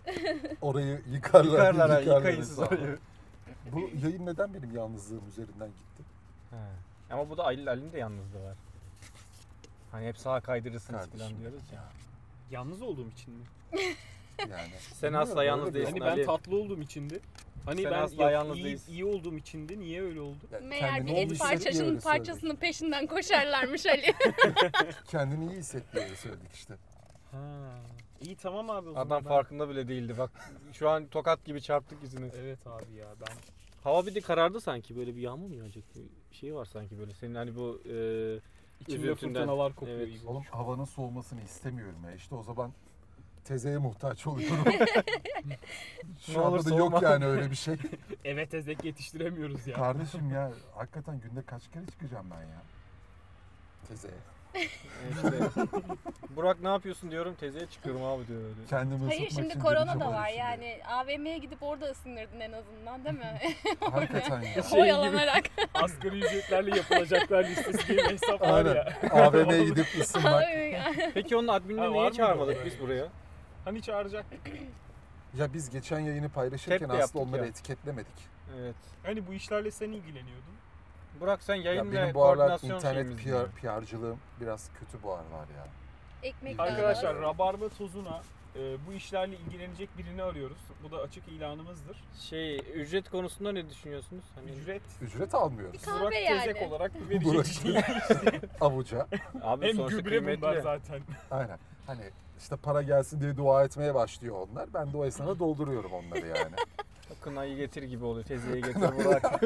Speaker 2: Orayı yıkarlar.
Speaker 3: Yıkarlar ha,
Speaker 2: yıkarlar
Speaker 3: yıkayın siz
Speaker 2: hesabı.
Speaker 3: orayı.
Speaker 2: Bu yayın neden benim yalnızlığım üzerinden gitti?
Speaker 3: Ama bu da Ali'nin de yalnızlığı var. Hani hep sağa kaydırırsınız
Speaker 2: Kardeşim.
Speaker 3: falan diyoruz ya.
Speaker 4: Yalnız olduğum için mi?
Speaker 2: Yani.
Speaker 3: Sen asla yalnız
Speaker 2: Öyle bir-
Speaker 3: değilsin.
Speaker 4: Hani ben
Speaker 3: Ali.
Speaker 4: tatlı olduğum içindi. Hani
Speaker 3: Sen
Speaker 4: ben
Speaker 3: asla yalnız
Speaker 4: iyi,
Speaker 3: değilsin.
Speaker 4: iyi olduğum içindi. Niye öyle oldu?
Speaker 2: Yani
Speaker 5: Meğer
Speaker 2: kendini
Speaker 5: bir
Speaker 2: iyi
Speaker 5: et
Speaker 2: hisset diye öyle
Speaker 5: parçasının peşinden koşarlarmış Ali.
Speaker 2: söyledik. Kendini iyi hisset diye öyle söyledik işte.
Speaker 4: Ha. İyi tamam abi o zaman.
Speaker 3: Adam
Speaker 4: ben-
Speaker 3: farkında bile değildi. Bak şu an tokat gibi çarptık yüzüne.
Speaker 4: Evet abi ya ben
Speaker 3: Hava bir de karardı sanki. Böyle bir yağmur mu yağacak? Bir şey var sanki böyle. Senin hani bu
Speaker 4: içimde
Speaker 3: üzüntünden.
Speaker 4: fırtınalar kopuyor
Speaker 3: Evet.
Speaker 4: gibi.
Speaker 2: Oğlum havanın soğumasını istemiyorum ya. İşte o zaman tezeye muhtaç oluyorum.
Speaker 3: Ne
Speaker 2: Şu
Speaker 3: olur
Speaker 2: anda da yok
Speaker 3: soğuma.
Speaker 2: yani öyle bir şey.
Speaker 4: Evet ezek yetiştiremiyoruz ya.
Speaker 2: Kardeşim ya hakikaten günde kaç kere çıkacağım ben ya? Tezeye.
Speaker 3: işte, Burak ne yapıyorsun diyorum. Tezeye çıkıyorum abi diyor öyle.
Speaker 2: Kendimi
Speaker 5: Hayır
Speaker 2: ısıtmak
Speaker 5: şimdi
Speaker 2: için
Speaker 5: korona
Speaker 2: bir
Speaker 5: da
Speaker 2: çaba
Speaker 5: var
Speaker 2: içindeyim.
Speaker 5: yani AVM'ye gidip orada ısınırdın en azından değil mi?
Speaker 2: Hakikaten ya.
Speaker 5: Oyalanarak.
Speaker 4: Asgari ücretlerle yapılacaklar listesi gibi bir hesap var
Speaker 2: Aynen.
Speaker 4: ya.
Speaker 2: AVM'ye gidip ısınmak.
Speaker 3: Peki onun
Speaker 4: Ha,
Speaker 3: adminini
Speaker 4: var
Speaker 3: niye
Speaker 4: mıydı
Speaker 3: çağırmadık
Speaker 4: orada?
Speaker 3: biz buraya?
Speaker 4: Hani çağıracak.
Speaker 2: Ya biz geçen yayını paylaşırken
Speaker 3: Tep de
Speaker 2: aslında
Speaker 3: yaptık
Speaker 2: onları
Speaker 3: ya.
Speaker 2: etiketlemedik.
Speaker 3: Evet.
Speaker 4: Hani bu işlerle sen ilgileniyordun.
Speaker 3: Burak sen
Speaker 2: Ya
Speaker 3: yayın
Speaker 2: benim
Speaker 3: ve
Speaker 2: bu aralar
Speaker 3: koordinasyon
Speaker 2: internet
Speaker 3: şeyimiz mi?
Speaker 2: PR'cılığım biraz kötü bu aralar ya.
Speaker 5: Ekmek
Speaker 4: Arkadaşlar
Speaker 5: dağılar.
Speaker 4: rabarba tozuna bu işlerle ilgilenecek birini arıyoruz. Bu da açık ilanımızdır.
Speaker 3: Şey ücret konusunda ne düşünüyorsunuz? Hani
Speaker 4: Ücret
Speaker 2: Ücret almıyoruz.
Speaker 5: Kahve
Speaker 4: Burak
Speaker 5: yani.
Speaker 4: tezek olarak bir
Speaker 2: Burak
Speaker 4: verecek değil.
Speaker 2: avuca.
Speaker 3: abi
Speaker 4: Hem
Speaker 3: sonuçta
Speaker 4: gübre bunlar
Speaker 3: kıymetli.
Speaker 4: zaten.
Speaker 2: Aynen. Hani işte para gelsin diye dua etmeye başlıyor onlar. Ben de o esnada dolduruyorum onları yani.
Speaker 3: Kınayı getir gibi oluyor. Tezeye getir Burak.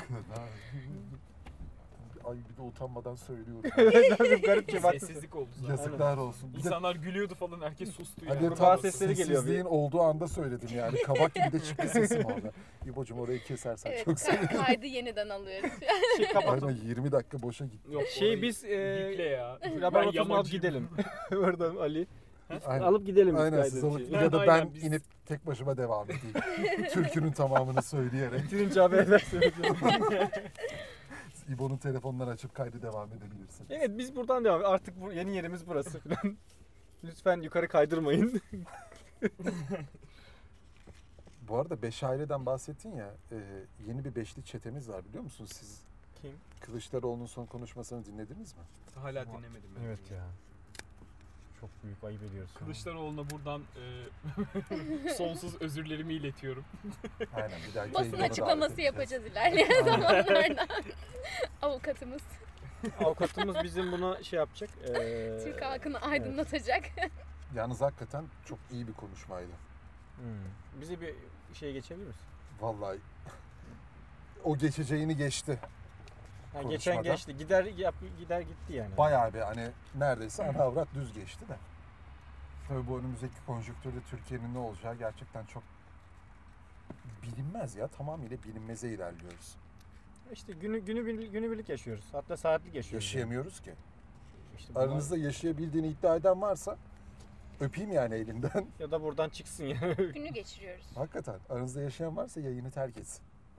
Speaker 2: Ay bir de utanmadan söylüyorum.
Speaker 3: Garipçe bak.
Speaker 4: Sessizlik oldu zaten.
Speaker 2: Yazıklar olsun. Bir de
Speaker 4: İnsanlar gülüyordu falan herkes sustu
Speaker 2: hani
Speaker 4: yani.
Speaker 3: kurbağa sesleri geliyor bir.
Speaker 2: sessizliğin olduğu anda söyledim yani. Kabak gibi de çıktı sesim orada. İbo'cum orayı kesersen
Speaker 5: Evet,
Speaker 2: çok sevinirim.
Speaker 5: kaydı yeniden alıyoruz.
Speaker 3: Şey kapat.
Speaker 2: Aynen 20 dakika boşa gitti.
Speaker 4: Yok,
Speaker 3: Şey
Speaker 4: orayı
Speaker 3: biz
Speaker 4: Yükle ya.
Speaker 3: rabarba tozunu alıp
Speaker 4: yabancıyım.
Speaker 3: gidelim. Oradan Ali.
Speaker 2: Aynen.
Speaker 3: Alıp gidelim biz
Speaker 2: Aynen
Speaker 3: kaydı
Speaker 2: siz
Speaker 3: bir
Speaker 2: alıp
Speaker 3: şey.
Speaker 2: ya da
Speaker 4: Aynen,
Speaker 2: ben
Speaker 4: biz-
Speaker 2: inip tek başıma devam edeyim. Türkünün tamamını söyleyerek.
Speaker 3: Bitirince haber ederseniz.
Speaker 2: İbo'nun telefonları açıp kaydı devam edebilirsiniz.
Speaker 3: Evet biz buradan devam. Artık bu yeni yerimiz burası falan. Lütfen yukarı kaydırmayın.
Speaker 2: Bu arada Beş Aile'den bahsettin ya, yeni bir beşli çetemiz var biliyor musunuz siz?
Speaker 3: Kim?
Speaker 2: Kılıçdaroğlu'nun son konuşmasını dinlediniz mi?
Speaker 4: Hala dinlemedim ben.
Speaker 3: Evet ya. Çok büyük ayıp ediyoruz.
Speaker 4: Kılıçdaroğlu'na buradan sonsuz özürlerimi iletiyorum.
Speaker 2: Aynen bir dahaki
Speaker 5: Basın
Speaker 2: yayına davet
Speaker 5: açıklaması
Speaker 2: edeceğiz.
Speaker 5: yapacağız ilerleyen zamanlarda. Avukatımız
Speaker 3: Avukatımız bizim bunu şey yapacak.
Speaker 5: Türk halkını aydınlatacak.
Speaker 2: Yalnız hakikaten çok iyi bir konuşmaydı.
Speaker 3: Bize bir şey geçebilir misin?
Speaker 2: Vallahi o geçeceğini geçti.
Speaker 3: Ha,
Speaker 2: Konuşmadan.
Speaker 3: geçen geçti. Gider gitti yani.
Speaker 2: Bayağı bir hani neredeyse ana avrat düz geçti de. Tabii bu önümüzdeki konjonktürde Türkiye'nin ne olacağı gerçekten çok bilinmez ya. Tamamıyla bilinmeze ilerliyoruz.
Speaker 3: İşte günübirlik yaşıyoruz. Hatta saatlik yaşıyoruz.
Speaker 2: Yaşayamıyoruz ki.
Speaker 3: İşte bunlar-
Speaker 2: Aranızda yaşayabildiğini iddia eden varsa öpeyim yani elinden.
Speaker 3: ya da buradan çıksın ya.
Speaker 5: Günü geçiriyoruz.
Speaker 2: Hakikaten aranızda yaşayan varsa yayını terk etsin.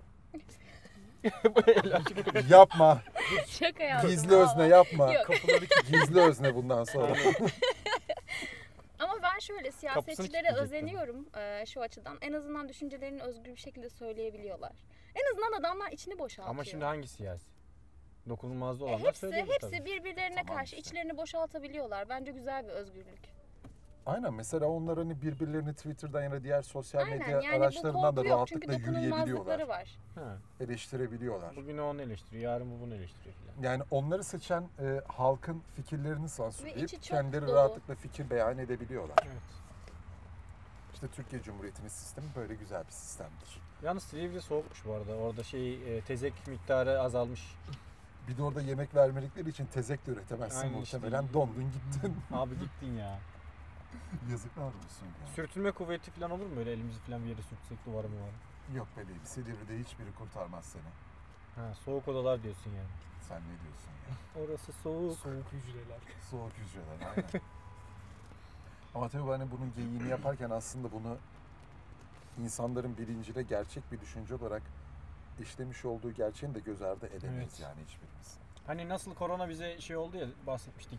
Speaker 3: Bu el açık.
Speaker 2: Yapma.
Speaker 5: Şaka yaptım.
Speaker 2: Gizli özne yapma.
Speaker 5: Yok.
Speaker 2: Gizli özne bundan sonra.
Speaker 5: Ama ben şöyle siyasetçilere
Speaker 3: kilitlecek
Speaker 5: özeniyorum şu açıdan. En azından düşüncelerini özgür bir şekilde söyleyebiliyorlar. En azından adamlar içini boşaltıyor.
Speaker 3: Ama şimdi hangi siyasi? Dokunulmazda olanlar
Speaker 5: hepsi
Speaker 3: söyleyebilir
Speaker 5: hepsi
Speaker 3: tabii.
Speaker 5: birbirlerine
Speaker 2: Tamam
Speaker 5: karşı
Speaker 2: işte.
Speaker 5: içlerini boşaltabiliyorlar. Bence güzel bir özgürlük.
Speaker 2: Aynen mesela onlar hani birbirlerini Twitter'dan ya da diğer sosyal
Speaker 5: Aynen
Speaker 2: medya
Speaker 5: yani bu
Speaker 2: araçlarından da
Speaker 5: korku yok çünkü
Speaker 2: rahatlıkla
Speaker 5: dokunulmazlıkları
Speaker 2: yürüyebiliyorlar.
Speaker 5: var.
Speaker 3: Ha.
Speaker 2: Eleştirebiliyorlar.
Speaker 3: Bugün o onu eleştiriyor, yarın bu bunu eleştiriyor falan.
Speaker 2: Yani onları seçen halkın fikirlerini sansürleyip
Speaker 5: içi çok
Speaker 2: kendileri
Speaker 5: dolu.
Speaker 2: rahatlıkla fikir beyan edebiliyorlar.
Speaker 3: Evet.
Speaker 2: İşte Türkiye Cumhuriyeti'nin sistemi böyle güzel bir sistemdir.
Speaker 3: Yalnız Silivri soğukmuş bu arada. Orada tezek miktarı azalmış.
Speaker 2: Bir de orada yemek vermedikleri için tezek de üretemezsin
Speaker 3: Aynen işte.
Speaker 2: muhtemelen. Dondun gittin.
Speaker 3: Abi gittin ya.
Speaker 2: Yazıklar olsun ya.
Speaker 3: Sürtünme kuvveti falan olur mu? Böyle elimizi falan bir yere sürtsek duvara mı var?
Speaker 2: Yok bebeğim Silivri'de hiçbiri kurtarmaz seni.
Speaker 3: Ha, soğuk odalar diyorsun yani.
Speaker 2: Sen ne diyorsun ya?
Speaker 3: Orası soğuk.
Speaker 4: Soğuk hücreler.
Speaker 2: Soğuk hücreler aynen. Ama tabii hani bunun geyiğini yaparken aslında bunu insanların bilincine gerçek bir düşünce olarak işlemiş olduğu gerçeğini de göz ardı edemeyiz
Speaker 3: Evet.
Speaker 2: yani hiçbirimiz.
Speaker 3: Hani nasıl korona bize şey oldu ya bahsetmiştik.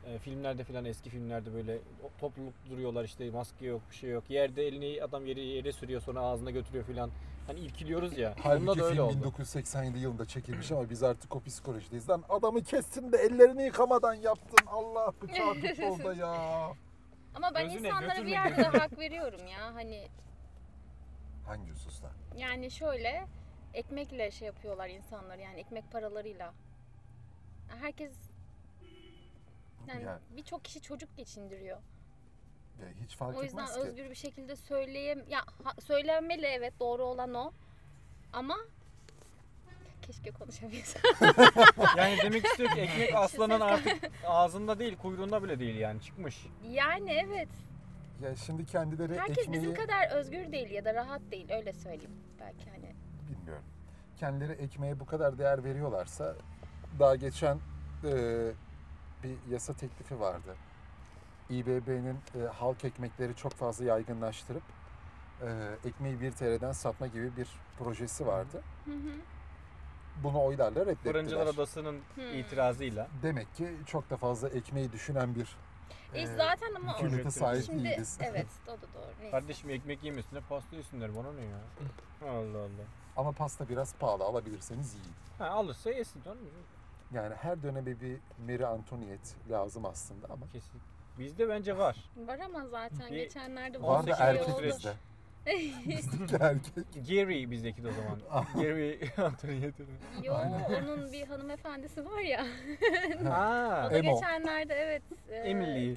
Speaker 3: filmlerde falan, eski filmlerde böyle topluluk duruyorlar, işte maske yok, bir şey yok. Yerde elini adam yere sürüyor, sonra ağzına götürüyor falan. Hani irkiliyoruz ya. Bunda
Speaker 2: Halbuki
Speaker 3: da öyle
Speaker 2: film
Speaker 3: oldu.
Speaker 2: 1987 yılında çekilmiş ama biz artık o psikolojideyiz. Lan adamı kestin de ellerini yıkamadan yaptın. Allah bıçağı tut orada ya.
Speaker 5: Ama ben
Speaker 4: Gözüne,
Speaker 5: insanlara bir
Speaker 4: götürme.
Speaker 5: yerde hak veriyorum ya. Hani
Speaker 2: Hangi hususta?
Speaker 5: yani şöyle ekmekle şey yapıyorlar insanlar, yani ekmek paralarıyla. Herkes yani
Speaker 2: Ya,
Speaker 5: birçok kişi çocuk geçindiriyor.
Speaker 2: ya hiç fark
Speaker 5: O yüzden
Speaker 2: etmez ki.
Speaker 5: özgür bir şekilde söylenmeli, evet, doğru olan o. Ama keşke konuşabilsem.
Speaker 3: Yani demek istiyor ki ekmek aslanın artık ağzında değil, kuyruğunda bile değil yani, çıkmış.
Speaker 5: Yani evet.
Speaker 2: Ya şimdi kendileri
Speaker 5: Herkes
Speaker 2: ekmeği
Speaker 5: bizim kadar özgür değil ya da rahat değil, öyle söyleyeyim. Belki hani.
Speaker 2: bilmiyorum. Kendileri ekmeğe bu kadar değer veriyorlarsa daha geçen bir yasa teklifi vardı. İBB'nin halk ekmekleri çok fazla yaygınlaştırıp ekmeği 1 TL'den satma gibi bir projesi vardı.
Speaker 5: Hı hı.
Speaker 2: Bunu oylarla reddettiler.
Speaker 3: Fırıncılar Odası'nın itirazıyla.
Speaker 2: Demek ki çok da fazla ekmeği düşünen bir
Speaker 5: Zaten ama
Speaker 2: hükümete sahip
Speaker 5: şimdi
Speaker 2: değiliz.
Speaker 5: evet, o da doğru. Neyse.
Speaker 3: Kardeşim ekmek yemesinler, pasta yesinler, bana ne ya? Allah Allah.
Speaker 2: Ama pasta biraz pahalı, alabilirseniz yiyin.
Speaker 3: Ha, alırsa yesin canım.
Speaker 2: Yani her döneme bir Marie Antoinette lazım aslında ama.
Speaker 3: Kesin. Bizde bence var.
Speaker 5: Var ama zaten
Speaker 3: Bir-
Speaker 5: geçenlerde
Speaker 2: Var da
Speaker 3: 18
Speaker 2: erkek
Speaker 3: oldu.
Speaker 2: bizde. Bizdeki erkek.
Speaker 3: Gary bizdeki de o zaman. Gary Antoinette.
Speaker 5: Yo, onun bir hanımefendisi var ya.
Speaker 3: Ha.
Speaker 5: O da
Speaker 2: Emo.
Speaker 5: geçenlerde evet.
Speaker 3: Emily.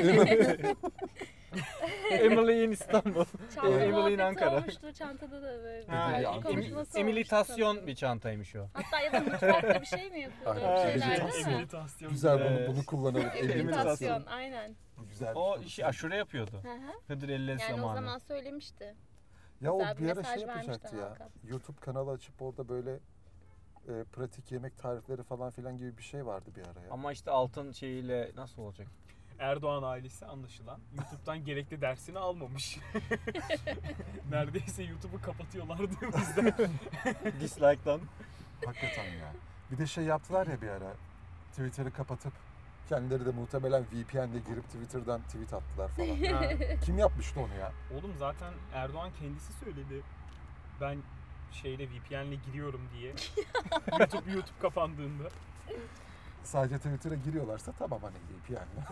Speaker 3: Emily in İstanbul.
Speaker 5: Çanta
Speaker 3: Emily in
Speaker 5: muhabbeti
Speaker 3: Ankara.
Speaker 5: olmuştu. Çantada da böyle
Speaker 3: Ha,
Speaker 2: Emily
Speaker 5: bir
Speaker 2: Ankara.
Speaker 5: konuşması
Speaker 3: Emilitasyon
Speaker 5: olmuştu.
Speaker 3: bir çantaymış o.
Speaker 5: Hatta ya da mutfakta bir şey mi yapıyordu?
Speaker 2: Aynen.
Speaker 5: Bir şeyler
Speaker 2: Emilitasyon.
Speaker 5: değil mi?
Speaker 4: Emilitasyon.
Speaker 2: Güzel
Speaker 3: Evet.
Speaker 2: bunu kullanalım.
Speaker 5: Emilitasyon, aynen.
Speaker 2: Güzel.
Speaker 3: O
Speaker 2: bir
Speaker 3: şey aşure yapıyordu.
Speaker 5: Hı hı.
Speaker 3: Hıdır Ellez
Speaker 5: Yani o
Speaker 3: zamanı.
Speaker 5: zaman söylemişti.
Speaker 2: Ya o
Speaker 5: güzel bir
Speaker 2: bir ara
Speaker 5: mesaj
Speaker 2: şey
Speaker 5: vermişti
Speaker 2: yapacaktı ya.
Speaker 5: Hakan.
Speaker 2: YouTube kanalı açıp orada böyle pratik yemek tarifleri falan filan gibi bir şey vardı bir ara ya.
Speaker 3: Ama işte altın şeyiyle nasıl olacak?
Speaker 4: Erdoğan ailesi anlaşılan YouTube'dan gerekli dersini almamış. Neredeyse YouTube'u kapatıyorlardı o yüzden.
Speaker 3: Dislike'dan.
Speaker 2: Hakikaten ya. Bir de şey yaptılar ya bir ara. Twitter'ı kapatıp kendileri de muhtemelen VPN'le girip Twitter'dan tweet attılar falan.
Speaker 3: Ha.
Speaker 2: Kim yapmıştı onu ya?
Speaker 4: Oğlum zaten Erdoğan kendisi söyledi. Ben VPN'le giriyorum diye. YouTube kapandığında.
Speaker 2: Sadece Twitter'a giriyorlarsa tamam hani VPN'le.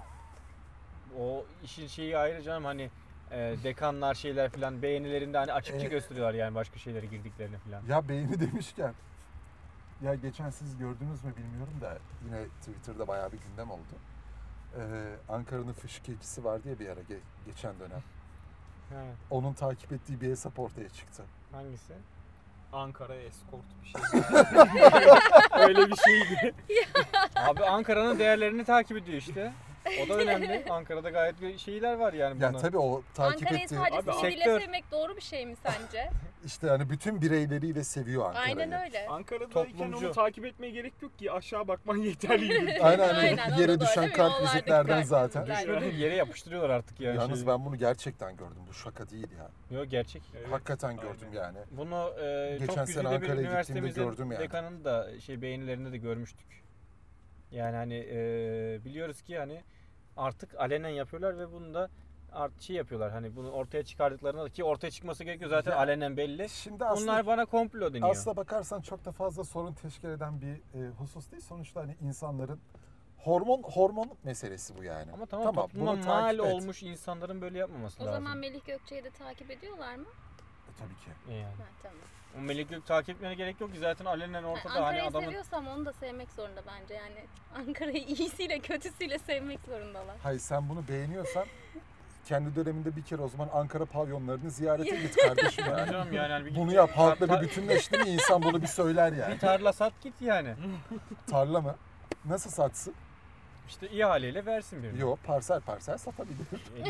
Speaker 3: O işin şeyi ayrı canım, hani dekanlar şeyler filan beğenilerinde hani açıkça
Speaker 2: Evet.
Speaker 3: gösteriyorlar yani başka şeylere girdiklerini filan.
Speaker 2: Ya beğeni demişken. Ya geçen siz gördünüz mü bilmiyorum da yine Twitter'da bayağı bir gündem oldu. Ankara'nın fışkiyecisi vardı ya bir ara geçen dönem.
Speaker 3: Ha,
Speaker 2: Onun takip ettiği bir hesap ortaya çıktı.
Speaker 3: hangisi?
Speaker 4: Ankara Escort bir şey. Öyle bir şeydi.
Speaker 3: Abi Ankara'nın değerlerini takip ediyor işte. O da önemli. Ankara'da gayet bir şeyler var yani
Speaker 2: Ya
Speaker 3: bunlar.
Speaker 2: tabii o takip
Speaker 5: Ankara'yı
Speaker 2: ettiği
Speaker 5: sadece
Speaker 4: Abi,
Speaker 5: sevgiyle
Speaker 3: sektör.
Speaker 5: sevmek doğru bir şey mi sence?
Speaker 2: işte yani bütün bireyleriyle seviyor Ankara'yı.
Speaker 5: Aynen öyle.
Speaker 4: Ankara'dayken
Speaker 3: Toplumcu.
Speaker 4: onu takip etmeye gerek yok ki. Aşağı bakman yeterli yürürken.
Speaker 2: Aynen
Speaker 5: Aynen, o
Speaker 2: yere
Speaker 5: da doğru
Speaker 2: düşen
Speaker 5: değil mi?
Speaker 2: kart
Speaker 5: Yollardaki
Speaker 2: vizitlerden
Speaker 5: kart
Speaker 2: zaten.
Speaker 5: vizitler.
Speaker 3: Düşmedi, yere yapıştırıyorlar artık yani.
Speaker 2: Yalnız
Speaker 3: şeyi.
Speaker 2: ben bunu gerçekten gördüm. Bu şaka değil ya.
Speaker 3: Yok, gerçek.
Speaker 4: Evet,
Speaker 2: Hakikaten
Speaker 4: aynen.
Speaker 2: gördüm yani.
Speaker 3: Bunu
Speaker 2: Geçen
Speaker 3: çok
Speaker 2: sene
Speaker 3: güzide bir
Speaker 2: Ankara'ya gittiğimde
Speaker 3: üniversitemizin
Speaker 2: gördüm yani.
Speaker 3: dekanının da beğenilerinde de görmüştük. Yani hani biliyoruz ki hani artık alenen yapıyorlar ve bunu da yapıyorlar. Hani bunu ortaya çıkardıklarında da, ki ortaya çıkması gerekiyor zaten,
Speaker 2: Ya,
Speaker 3: alenen belli.
Speaker 2: Şimdi aslında,
Speaker 3: Bunlar bana komplo deniyor.
Speaker 2: aslına bakarsan çok da fazla sorun teşkil eden bir husus değil. Sonuçta hani insanların hormon meselesi bu yani.
Speaker 3: Ama tamam, topluma
Speaker 2: bunu
Speaker 3: mal
Speaker 2: takip et.
Speaker 3: olmuş insanların böyle yapmaması
Speaker 5: O
Speaker 3: lazım.
Speaker 5: zaman Melih Gökçe'yi de takip ediyorlar mı?
Speaker 2: Tabii ki.
Speaker 3: Yani.
Speaker 5: Ha, tamam.
Speaker 3: O Melek Gök takip etmene gerek yok ki, zaten alenen ortada. Hani
Speaker 5: Ankara'yı
Speaker 3: adamın
Speaker 5: seviyorsam onu da sevmek zorunda bence. Yani Ankara'yı iyisiyle kötüsüyle sevmek zorundalar.
Speaker 2: Hayır sen bunu beğeniyorsan kendi döneminde bir kere o zaman Ankara pavyonlarını ziyarete git kardeşim
Speaker 3: Ya
Speaker 2: yani.
Speaker 3: canım yani hani
Speaker 2: Bunu yap. Halkla bir bütünleşti mi insan bunu bir söyler yani.
Speaker 3: bir tarla sat git yani.
Speaker 2: Tarla mı? Nasıl satsın?
Speaker 3: İşte ihaleyle versin birini.
Speaker 2: Yok parsel satabilir.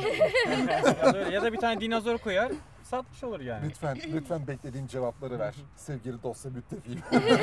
Speaker 3: Ya da bir tane dinozor koyar, satmış olur yani.
Speaker 2: Lütfen beklediğim cevapları ver. Sevgili dosya müttefiyim.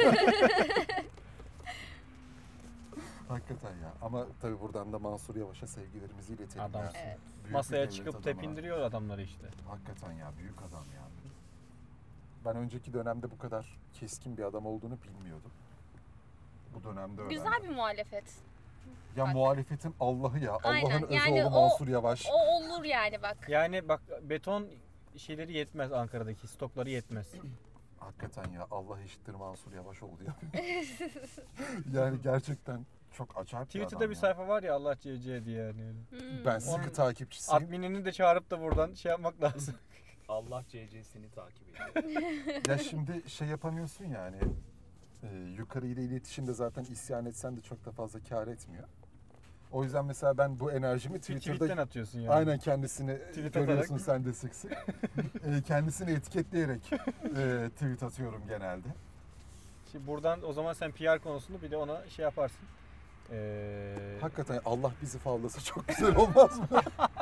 Speaker 2: Hakikaten ya. Ama tabii buradan da Mansur Yavaş'a sevgilerimizi iletelim
Speaker 3: Adam.
Speaker 2: ya.
Speaker 5: Evet.
Speaker 2: Büyük bir
Speaker 3: Masaya
Speaker 2: devlet
Speaker 3: çıkıp
Speaker 2: adamı.
Speaker 3: tepindiriyor adamları işte.
Speaker 2: Hakikaten ya büyük adam ya. Ben önceki dönemde bu kadar keskin bir adam olduğunu bilmiyordum. Bu dönemde öğrendim.
Speaker 5: Güzel bir muhalefet.
Speaker 2: Ya
Speaker 5: Bak.
Speaker 2: muhalefetin Allah'ı ya.
Speaker 5: Aynen,
Speaker 2: Allah'ın öz
Speaker 5: yani
Speaker 2: oğlu
Speaker 5: o-
Speaker 2: Mansur Yavaş.
Speaker 5: O olur yani bak.
Speaker 3: Yani bak beton şeyleri yetmez Ankara'daki stokları yetmez.
Speaker 2: Hakikaten ya Allah eşittir Mansur Yavaş oldu ya. Yani gerçekten çok acayip bir
Speaker 3: Twitter'da
Speaker 2: adam
Speaker 3: bir
Speaker 2: ya.
Speaker 3: sayfa var ya Allah CC diye yani.
Speaker 2: Ben sıkı
Speaker 3: Onun
Speaker 2: takipçisiyim.
Speaker 3: Adminini de çağırıp da buradan şey yapmak lazım.
Speaker 4: Allah CC'sini takip ediyor.
Speaker 2: Ya şimdi şey yapamıyorsun yani. Yukarı ile iletişimde zaten isyan etsen de çok da fazla kâr etmiyor. O yüzden mesela ben bu enerjimi
Speaker 3: Tweet'ten
Speaker 2: Twitter'da
Speaker 3: atıyorsun yani.
Speaker 2: aynen kendisini
Speaker 3: Tweet
Speaker 2: görüyorsun
Speaker 3: atarak.
Speaker 2: sen de sık sık. Kendisini etiketleyerek tweet atıyorum genelde.
Speaker 3: Şimdi buradan o zaman sen PR konusunu bir de ona şey yaparsın.
Speaker 2: Hakikaten Allah bizi favlasa çok güzel olmaz mı?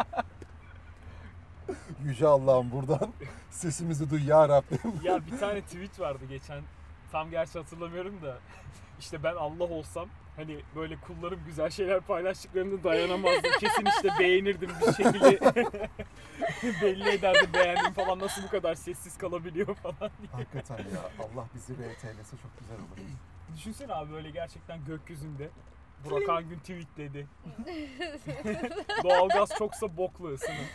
Speaker 2: Yüce Allah'ım buradan sesimizi duy ya Rabbim.
Speaker 4: Ya bir tane tweet vardı geçen. Tam gerçi hatırlamıyorum da. İşte ben Allah olsam hani böyle kullarım güzel şeyler paylaştıklarını dayanamazdım. Kesin işte beğenirdim bir şekilde. Belli ederdim beğendim falan, nasıl bu kadar sessiz kalabiliyor falan diye.
Speaker 2: Hakikaten ya Allah bizi RT'lese çok güzel olur.
Speaker 4: Düşünsene abi böyle gerçekten gökyüzünde. Burak Angün tweetledi. Doğalgaz çoksa boklu ısının.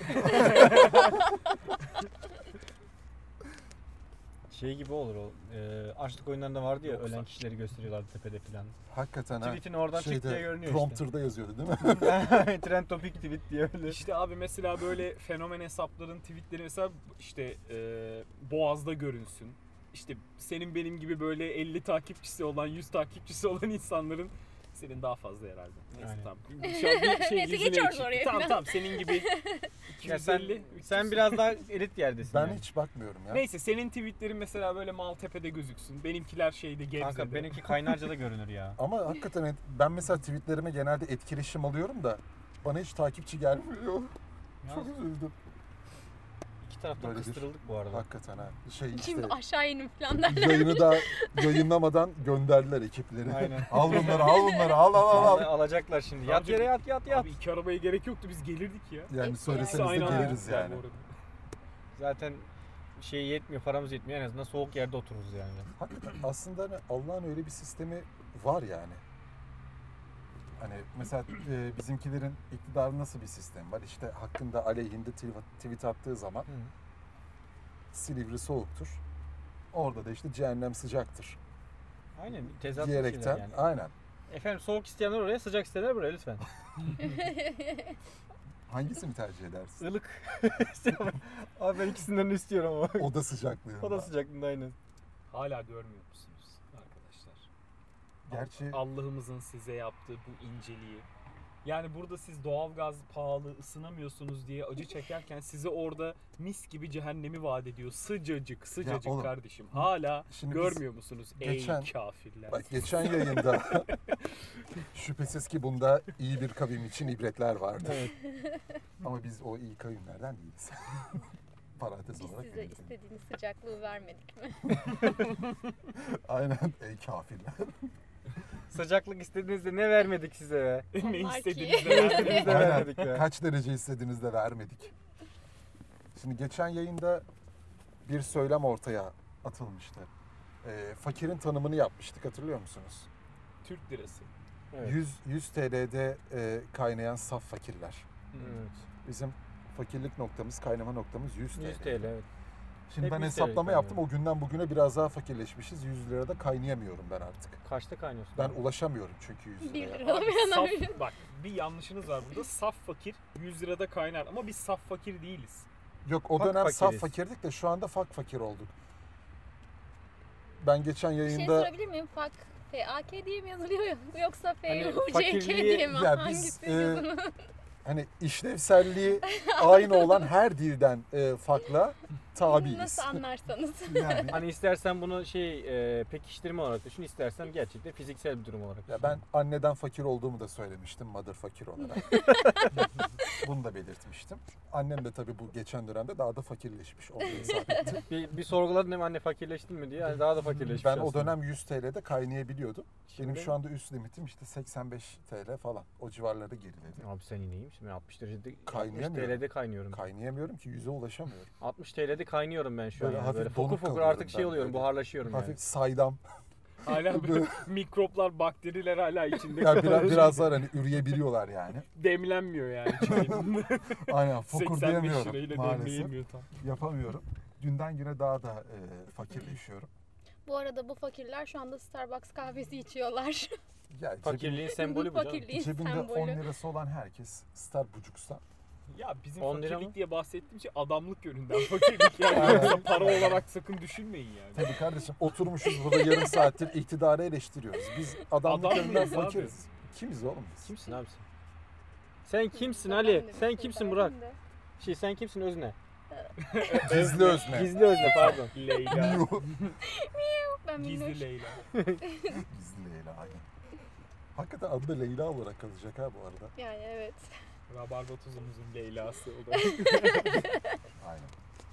Speaker 3: Şey gibi olur o. Açlık oyunlarında vardı ya
Speaker 4: Yoksa.
Speaker 3: ölen kişileri gösteriyorlardı tepede filan.
Speaker 2: Hakikaten ha.
Speaker 3: Tweet'in oradan çık diye görünüyor
Speaker 2: prompter'da yazıyordu değil mi?
Speaker 3: işte. Trend topic tweet diye öyle.
Speaker 4: İşte abi mesela böyle fenomen hesapların tweetleri mesela işte Boğaz'da görünsün. İşte senin benim gibi böyle 50 takipçisi olan, 100 takipçisi olan insanların senin daha fazla herhalde. Neyse
Speaker 3: Aynen.
Speaker 4: tamam. Şu an bir şey
Speaker 5: Neyse,
Speaker 4: yüzüne
Speaker 5: geç
Speaker 4: ekşi.
Speaker 5: oraya
Speaker 4: Tamam
Speaker 5: falan.
Speaker 4: tamam senin gibi
Speaker 3: Ya sen,
Speaker 4: 250
Speaker 3: sen biraz daha elit yerdesin
Speaker 2: Ben
Speaker 3: yani.
Speaker 2: hiç bakmıyorum ya.
Speaker 4: Neyse senin tweetlerin mesela böyle Maltepe'de gözüksün. Benimkiler şeyde Gebze'de.
Speaker 3: Kanka benimki Kaynarca'da görünür ya.
Speaker 2: Ama hakikaten ben mesela tweetlerime genelde etkileşim alıyorum da bana hiç takipçi gelmiyor. Çok üzüldüm.
Speaker 3: İki taraftan
Speaker 2: Böyle bir-
Speaker 3: kıstırıldık bu arada.
Speaker 2: Hakikaten ha. Şey işte
Speaker 5: Şimdi aşağı inin falan derler.
Speaker 2: yayını da yayınlamadan gönderdiler ekipleri.
Speaker 3: Aynen.
Speaker 2: Al bunları, al bunları, al.
Speaker 3: Alacaklar şimdi. Yat
Speaker 4: Bence-
Speaker 3: yere yat.
Speaker 4: Abi iki arabaya gerek yoktu, biz gelirdik ya.
Speaker 2: Yani
Speaker 5: Hepsi
Speaker 2: söyleseniz de
Speaker 4: Aynı anda
Speaker 2: geliriz yani.
Speaker 4: bu arada.
Speaker 3: Zaten şey yetmiyor, paramız yetmiyor. En azından soğuk yerde otururuz yani.
Speaker 2: Hakikaten aslında hani Allah'ın öyle bir sistemi var yani. Hani mesela bizimkilerin iktidarı nasıl bir sistem var? İşte hakkında aleyhinde tweet attığı zaman Silivri soğuktur. Orada da işte cehennem sıcaktır.
Speaker 3: Aynen tezatlı
Speaker 2: Diyerekten
Speaker 3: şeyler yani.
Speaker 2: aynen.
Speaker 3: Efendim soğuk isteyenler oraya, sıcak isteyenler buraya lütfen.
Speaker 2: Hangisini tercih edersin?
Speaker 3: Ilık. Abi ben ikisinden de istiyorum ama.
Speaker 2: Oda sıcaklığında.
Speaker 3: O da sıcaklığında aynen.
Speaker 4: Hala görmüyor musunuz arkadaşlar?
Speaker 2: Gerçi
Speaker 4: Allah'ımızın size yaptığı bu inceliği. Yani burada siz doğalgaz pahalı, ısınamıyorsunuz diye acı çekerken size orada mis gibi cehennemi vaat ediyor. Sıcacık
Speaker 2: oğlum,
Speaker 4: kardeşim. Hala
Speaker 2: şimdi biz
Speaker 4: görmüyor musunuz?
Speaker 2: geçen-
Speaker 4: Ey kafirler.
Speaker 2: bak geçen yayında şüphesiz ki bunda iyi bir kavim için ibretler vardı.
Speaker 3: Evet.
Speaker 2: Ama biz o iyi kavimlerden değiliz. Parantez
Speaker 5: Biz
Speaker 2: olarak
Speaker 5: size
Speaker 2: belirtelim.
Speaker 5: istediğiniz sıcaklığı vermedik mi?
Speaker 2: Aynen ey kafirler.
Speaker 3: Sıcaklık istediğinizde ne vermedik size be?
Speaker 4: ne
Speaker 5: Onlar ki.
Speaker 4: istediğinizde
Speaker 3: Ne
Speaker 4: verdim.
Speaker 3: istediğinizde vermedik
Speaker 2: Aynen.
Speaker 3: be.
Speaker 2: Kaç derece istediğinizde vermedik. Şimdi geçen yayında bir söylem ortaya atılmıştı. Fakirin tanımını yapmıştık, hatırlıyor musunuz?
Speaker 4: Türk lirası.
Speaker 3: Evet.
Speaker 2: 100 TL'de kaynayan saf fakirler.
Speaker 3: Evet.
Speaker 2: Bizim fakirlik noktamız, kaynama noktamız 100 TL.
Speaker 3: 100 TL evet.
Speaker 2: Şimdi
Speaker 3: Hep
Speaker 2: ben
Speaker 3: 100 TL
Speaker 2: hesaplama
Speaker 3: kaynıyor.
Speaker 2: yaptım. O günden bugüne biraz daha fakirleşmişiz. 100 lirada kaynayamıyorum ben artık.
Speaker 3: Kaçta kaynıyorsun?
Speaker 2: Ben ulaşamıyorum çünkü 100
Speaker 5: 1
Speaker 2: liraya.
Speaker 5: lira
Speaker 4: Abi
Speaker 5: alamayan
Speaker 4: saf, bak bir yanlışınız var burada. Saf fakir 100 lirada kaynar ama biz saf fakir değiliz.
Speaker 2: Yok o
Speaker 3: Fak
Speaker 2: dönem saf
Speaker 3: fakiriz.
Speaker 2: fakirdik de şu anda fakir olduk. Ben geçen
Speaker 5: Bir şey
Speaker 2: yayında
Speaker 5: sorabilir miyim? FAK diye mi yazılıyor yoksa
Speaker 3: Hani
Speaker 5: FUCK
Speaker 3: fakirliği-
Speaker 5: diye mi?
Speaker 2: Ya biz,
Speaker 5: Hangisi yazılı?
Speaker 2: hani işlevselliği aynı olan her dilden farkla tabiiz.
Speaker 5: Nasıl anlarsanız.
Speaker 2: Yani
Speaker 3: Hani istersen bunu pekiştirme olarak düşün, istersen gerçekten fiziksel bir durum olarak düşün.
Speaker 2: ya ben anneden fakir olduğumu da söylemiştim, mother fakir olarak. Bunu da belirtmiştim. Annem de tabii bu geçen dönemde daha da fakirleşmiş olduğunu hesap etti.
Speaker 3: Bir sorguladın değil mi anne fakirleştin mi diye, yani daha da fakirleşmiş
Speaker 2: Ben o
Speaker 3: aslında.
Speaker 2: dönem 100 TL'de kaynayabiliyordum. Benim
Speaker 3: Şimdi-
Speaker 2: şu anda üst limitim işte 85 TL falan. O civarları geriledi.
Speaker 3: Abi sen yine iyiymişsin. Ben 60 derecede 60
Speaker 2: Kaynayamıyorum.
Speaker 3: TL'de kaynıyorum.
Speaker 2: Kaynayamıyorum ki 100'e ulaşamıyorum.
Speaker 3: 60 TL'de kaynıyorum ben şu an.
Speaker 2: Böyle
Speaker 3: Yani.
Speaker 2: hafif
Speaker 3: Böyle fokur
Speaker 2: donuk
Speaker 3: fokur
Speaker 2: kalıyorum
Speaker 3: artık şey
Speaker 2: ben
Speaker 3: oluyorum,
Speaker 2: böyle.
Speaker 3: buharlaşıyorum
Speaker 2: Hafif
Speaker 3: yani.
Speaker 2: saydam.
Speaker 4: Hala böyle mikroplar, bakteriler hala içinde.
Speaker 2: Yani biraz var hani üreyebiliyorlar yani.
Speaker 4: Demlenmiyor yani çayın.
Speaker 2: Aynen
Speaker 4: 85
Speaker 2: fokurdayamıyorum
Speaker 4: lirayla
Speaker 2: maalesef.
Speaker 4: demleyemiyor tam.
Speaker 2: Yapamıyorum. Günden güne daha da fakirleşiyorum.
Speaker 5: Bu arada bu fakirler şu anda Starbucks kahvesi içiyorlar.
Speaker 2: Ya
Speaker 3: Fakirliğin sembolü bu canım.
Speaker 5: Fakirliğin
Speaker 2: cebinde
Speaker 5: sembolü.
Speaker 2: 10 lirası olan herkes Starbucks'ta.
Speaker 4: Ya bizim
Speaker 3: 10 lira
Speaker 4: fakirlik
Speaker 3: mı?
Speaker 4: diye bahsettiğim şey adamlık yönünden fakirlik yani. Yoksa para olarak sakın düşünmeyin yani.
Speaker 2: Tabii kardeşim oturmuşuz burada yarım saattir iktidarı eleştiriyoruz. Biz adamlık
Speaker 4: Adam
Speaker 2: yönünden
Speaker 4: mıyız abi?
Speaker 2: fakiriz. Kimiz oğlum biz?
Speaker 3: Kimsin abi sen? Sen kimsin Ali? Sen kimsin Burak? Sen kimsin Özne?
Speaker 2: Gizli özne.
Speaker 3: Gizli Özne pardon.
Speaker 4: Leyla.
Speaker 5: Ben
Speaker 4: Gizli
Speaker 5: minnoş.
Speaker 4: Leyla.
Speaker 2: Gizli Leyla aynen. Hakikaten adı da Leyla olarak kalacak ha bu arada.
Speaker 5: Yani evet.
Speaker 4: Rabarba tuzumuzun Leyla'sı o da.
Speaker 2: Aynen.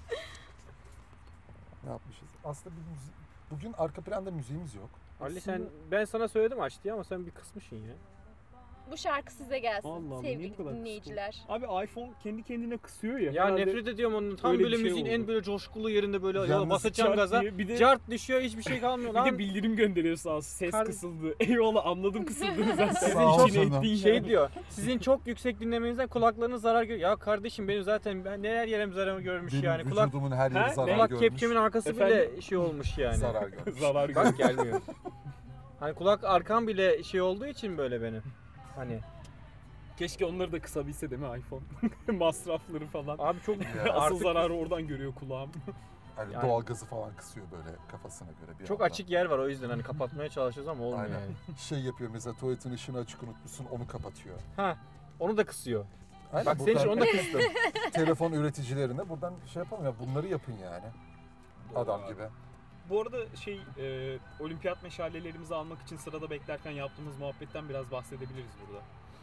Speaker 2: Ne yapmışız? Aslında bugün arka planda müziğimiz yok.
Speaker 3: Ali ben sana söyledim aç diye ama sen bir kısmışsın ya.
Speaker 5: Bu şarkı size gelsin
Speaker 4: Allah Allah, niye
Speaker 5: sevgili
Speaker 4: bu kadar
Speaker 5: dinleyiciler.
Speaker 4: Abi iPhone kendi kendine kısıyor ya.
Speaker 3: Ya
Speaker 4: herhalde
Speaker 3: nefret ediyorum onun. Tam
Speaker 4: öyle
Speaker 3: böyle
Speaker 4: bir şey
Speaker 3: müziğin
Speaker 4: oldu.
Speaker 3: en böyle coşkulu yerinde böyle
Speaker 2: Yalnız
Speaker 3: ya basacağım
Speaker 4: çat
Speaker 3: gaza.
Speaker 4: diye bir de-
Speaker 3: Cart düşüyor hiçbir şey kalmıyor
Speaker 4: Bir de
Speaker 3: lan.
Speaker 4: bildirim gönderiyor sağ olsun. Ses
Speaker 3: Kar-
Speaker 4: kısıldı. Eyvallah anladım kısıldığını zaten.
Speaker 2: Sağ
Speaker 4: Sizin
Speaker 2: ol
Speaker 4: için
Speaker 2: canım.
Speaker 4: ettiğin
Speaker 3: Şey
Speaker 4: yani.
Speaker 3: diyor. Sizin çok yüksek dinlemenizden kulaklarınız zarar görüyor. Ya kardeşim benim zaten ben neler yerim zarar görmüş
Speaker 2: Benim
Speaker 3: yani. Kulak
Speaker 2: vücudumun her yeri
Speaker 4: Ha?
Speaker 2: zarar
Speaker 3: kulak
Speaker 2: görmüş.
Speaker 3: kepçemin arkası bile şey olmuş yani.
Speaker 2: Zarar görmüş.
Speaker 4: Zarar
Speaker 3: Bak
Speaker 4: görüyor.
Speaker 3: gelmiyor. Hani kulak arkam bile şey olduğu için böyle benim. Hani
Speaker 4: Keşke onları da kısabilse değil mi iPhone? Masrafları falan.
Speaker 3: abi çok
Speaker 2: Ya.
Speaker 4: Asıl
Speaker 3: artık
Speaker 4: zararı oradan görüyor kulağım.
Speaker 2: Hani
Speaker 3: Yani-
Speaker 2: doğal gazı falan kısıyor böyle kafasına göre. Bir
Speaker 3: çok
Speaker 2: anda.
Speaker 3: açık yer var o yüzden hani kapatmaya çalışıyoruz ama olmuyor
Speaker 2: Aynen.
Speaker 3: yani.
Speaker 2: Şey yapıyor mesela tuvaletin ışığını açık unutmuşsun onu kapatıyor.
Speaker 3: Ha onu da kısıyor.
Speaker 2: Aynen,
Speaker 3: Bak senin için onu da kıstım.
Speaker 2: telefon üreticilerine buradan şey yapalım ya bunları yapın yani. Adam
Speaker 4: Doğru abi.
Speaker 2: gibi.
Speaker 4: Bu arada olimpiyat meşalelerimizi almak için sırada beklerken yaptığımız muhabbetten biraz bahsedebiliriz burada.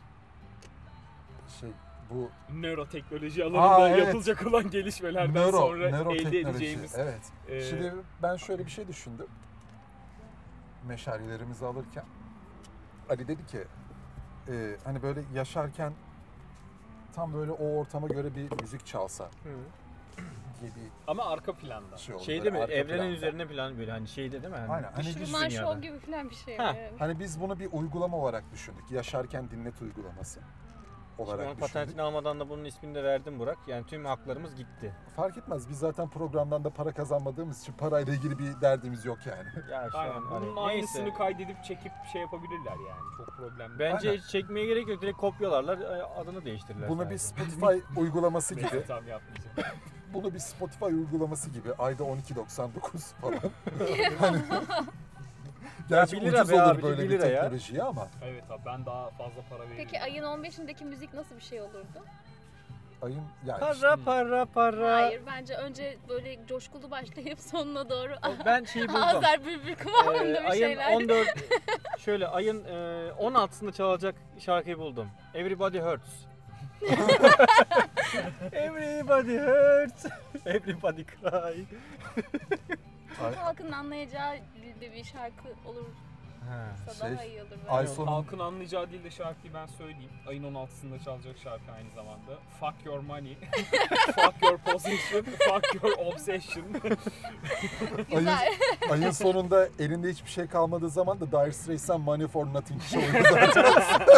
Speaker 2: Şey bu
Speaker 4: Nöroteknoloji alanında
Speaker 2: evet.
Speaker 4: yapılacak olan gelişmelerden sonra elde
Speaker 2: nöroteknoloji.
Speaker 4: edeceğimiz.
Speaker 2: Evet.
Speaker 4: e,
Speaker 2: Şimdi ben şöyle bir şey düşündüm. Meşalelerimizi alırken Ali dedi ki hani böyle yaşarken tam böyle o ortama göre bir müzik çalsa diye bir
Speaker 4: ama arka planda.
Speaker 2: şey oldu.
Speaker 3: Şey
Speaker 2: böyle
Speaker 3: değil mi?
Speaker 2: arka
Speaker 3: Evrenin
Speaker 2: planda.
Speaker 3: üzerine falan böyle hani şeyde değil mi? Hani
Speaker 2: Aynen, hani
Speaker 3: dış
Speaker 2: biz-
Speaker 5: Truman
Speaker 3: dünyada.
Speaker 5: Show gibi falan bir şey.
Speaker 3: Ha.
Speaker 5: Evet.
Speaker 2: Hani biz bunu bir uygulama olarak düşündük. Yaşarken dinlet uygulaması
Speaker 3: Şimdi
Speaker 2: olarak
Speaker 3: onun
Speaker 2: düşündük.
Speaker 3: patentini almadan da bunun ismini de verdim Burak. Yani tüm haklarımız gitti.
Speaker 2: Fark etmez. Biz zaten programdan da para kazanmadığımız için parayla ilgili bir derdimiz yok yani.
Speaker 3: Ya şu
Speaker 4: Aynen.
Speaker 3: an hani
Speaker 4: Bunun aynısını
Speaker 3: neyse.
Speaker 4: kaydedip çekip şey yapabilirler yani. Çok problem değil.
Speaker 3: Bence
Speaker 2: Aynen.
Speaker 3: hiç çekmeye gerek yok. Direkt kopyalarlar, adını değiştirirler.
Speaker 2: Bunu bir
Speaker 3: sadece.
Speaker 2: Spotify uygulaması gibi.
Speaker 4: Neyse, tam yapmayacağım.
Speaker 2: Bunu bir Spotify uygulaması gibi ayda 12.99 falan. Hani gerçi
Speaker 3: 1 lira
Speaker 2: ucuz
Speaker 3: be
Speaker 2: olur
Speaker 3: abi,
Speaker 2: böyle
Speaker 3: 1
Speaker 2: bir
Speaker 3: lira ya.
Speaker 2: teknolojiye ama
Speaker 4: Evet abi ben daha fazla para veririm.
Speaker 5: Peki ayın 15'indeki müzik nasıl bir şey olurdu?
Speaker 2: ayın yani
Speaker 3: Para para para.
Speaker 5: Hayır bence önce böyle coşkulu başlayıp sonuna doğru
Speaker 3: Ben şeyi buldum.
Speaker 5: Azer Bülbül kıvamında bir
Speaker 3: ayın
Speaker 5: şeyler.
Speaker 3: 14 şöyle ayın 16'sında çalacak şarkıyı buldum. Everybody Hurts. Everybody hurts. Everybody cry.
Speaker 5: Halkın anlayacağı dilde bir şarkı olursa
Speaker 2: Şey,
Speaker 5: daha iyi olur bence.
Speaker 2: ay sonu
Speaker 4: Halkın anlayacağı dilde şarkıyı ben söyleyeyim. Ayın 16'sında çalacak şarkı aynı zamanda. Fuck your money. Fuck your possession. Fuck your obsession.
Speaker 5: Güzel.
Speaker 2: ayın sonunda elinde hiçbir şey kalmadığı zaman da Dire Straits'ten Money for Nothing çalıyor zaten.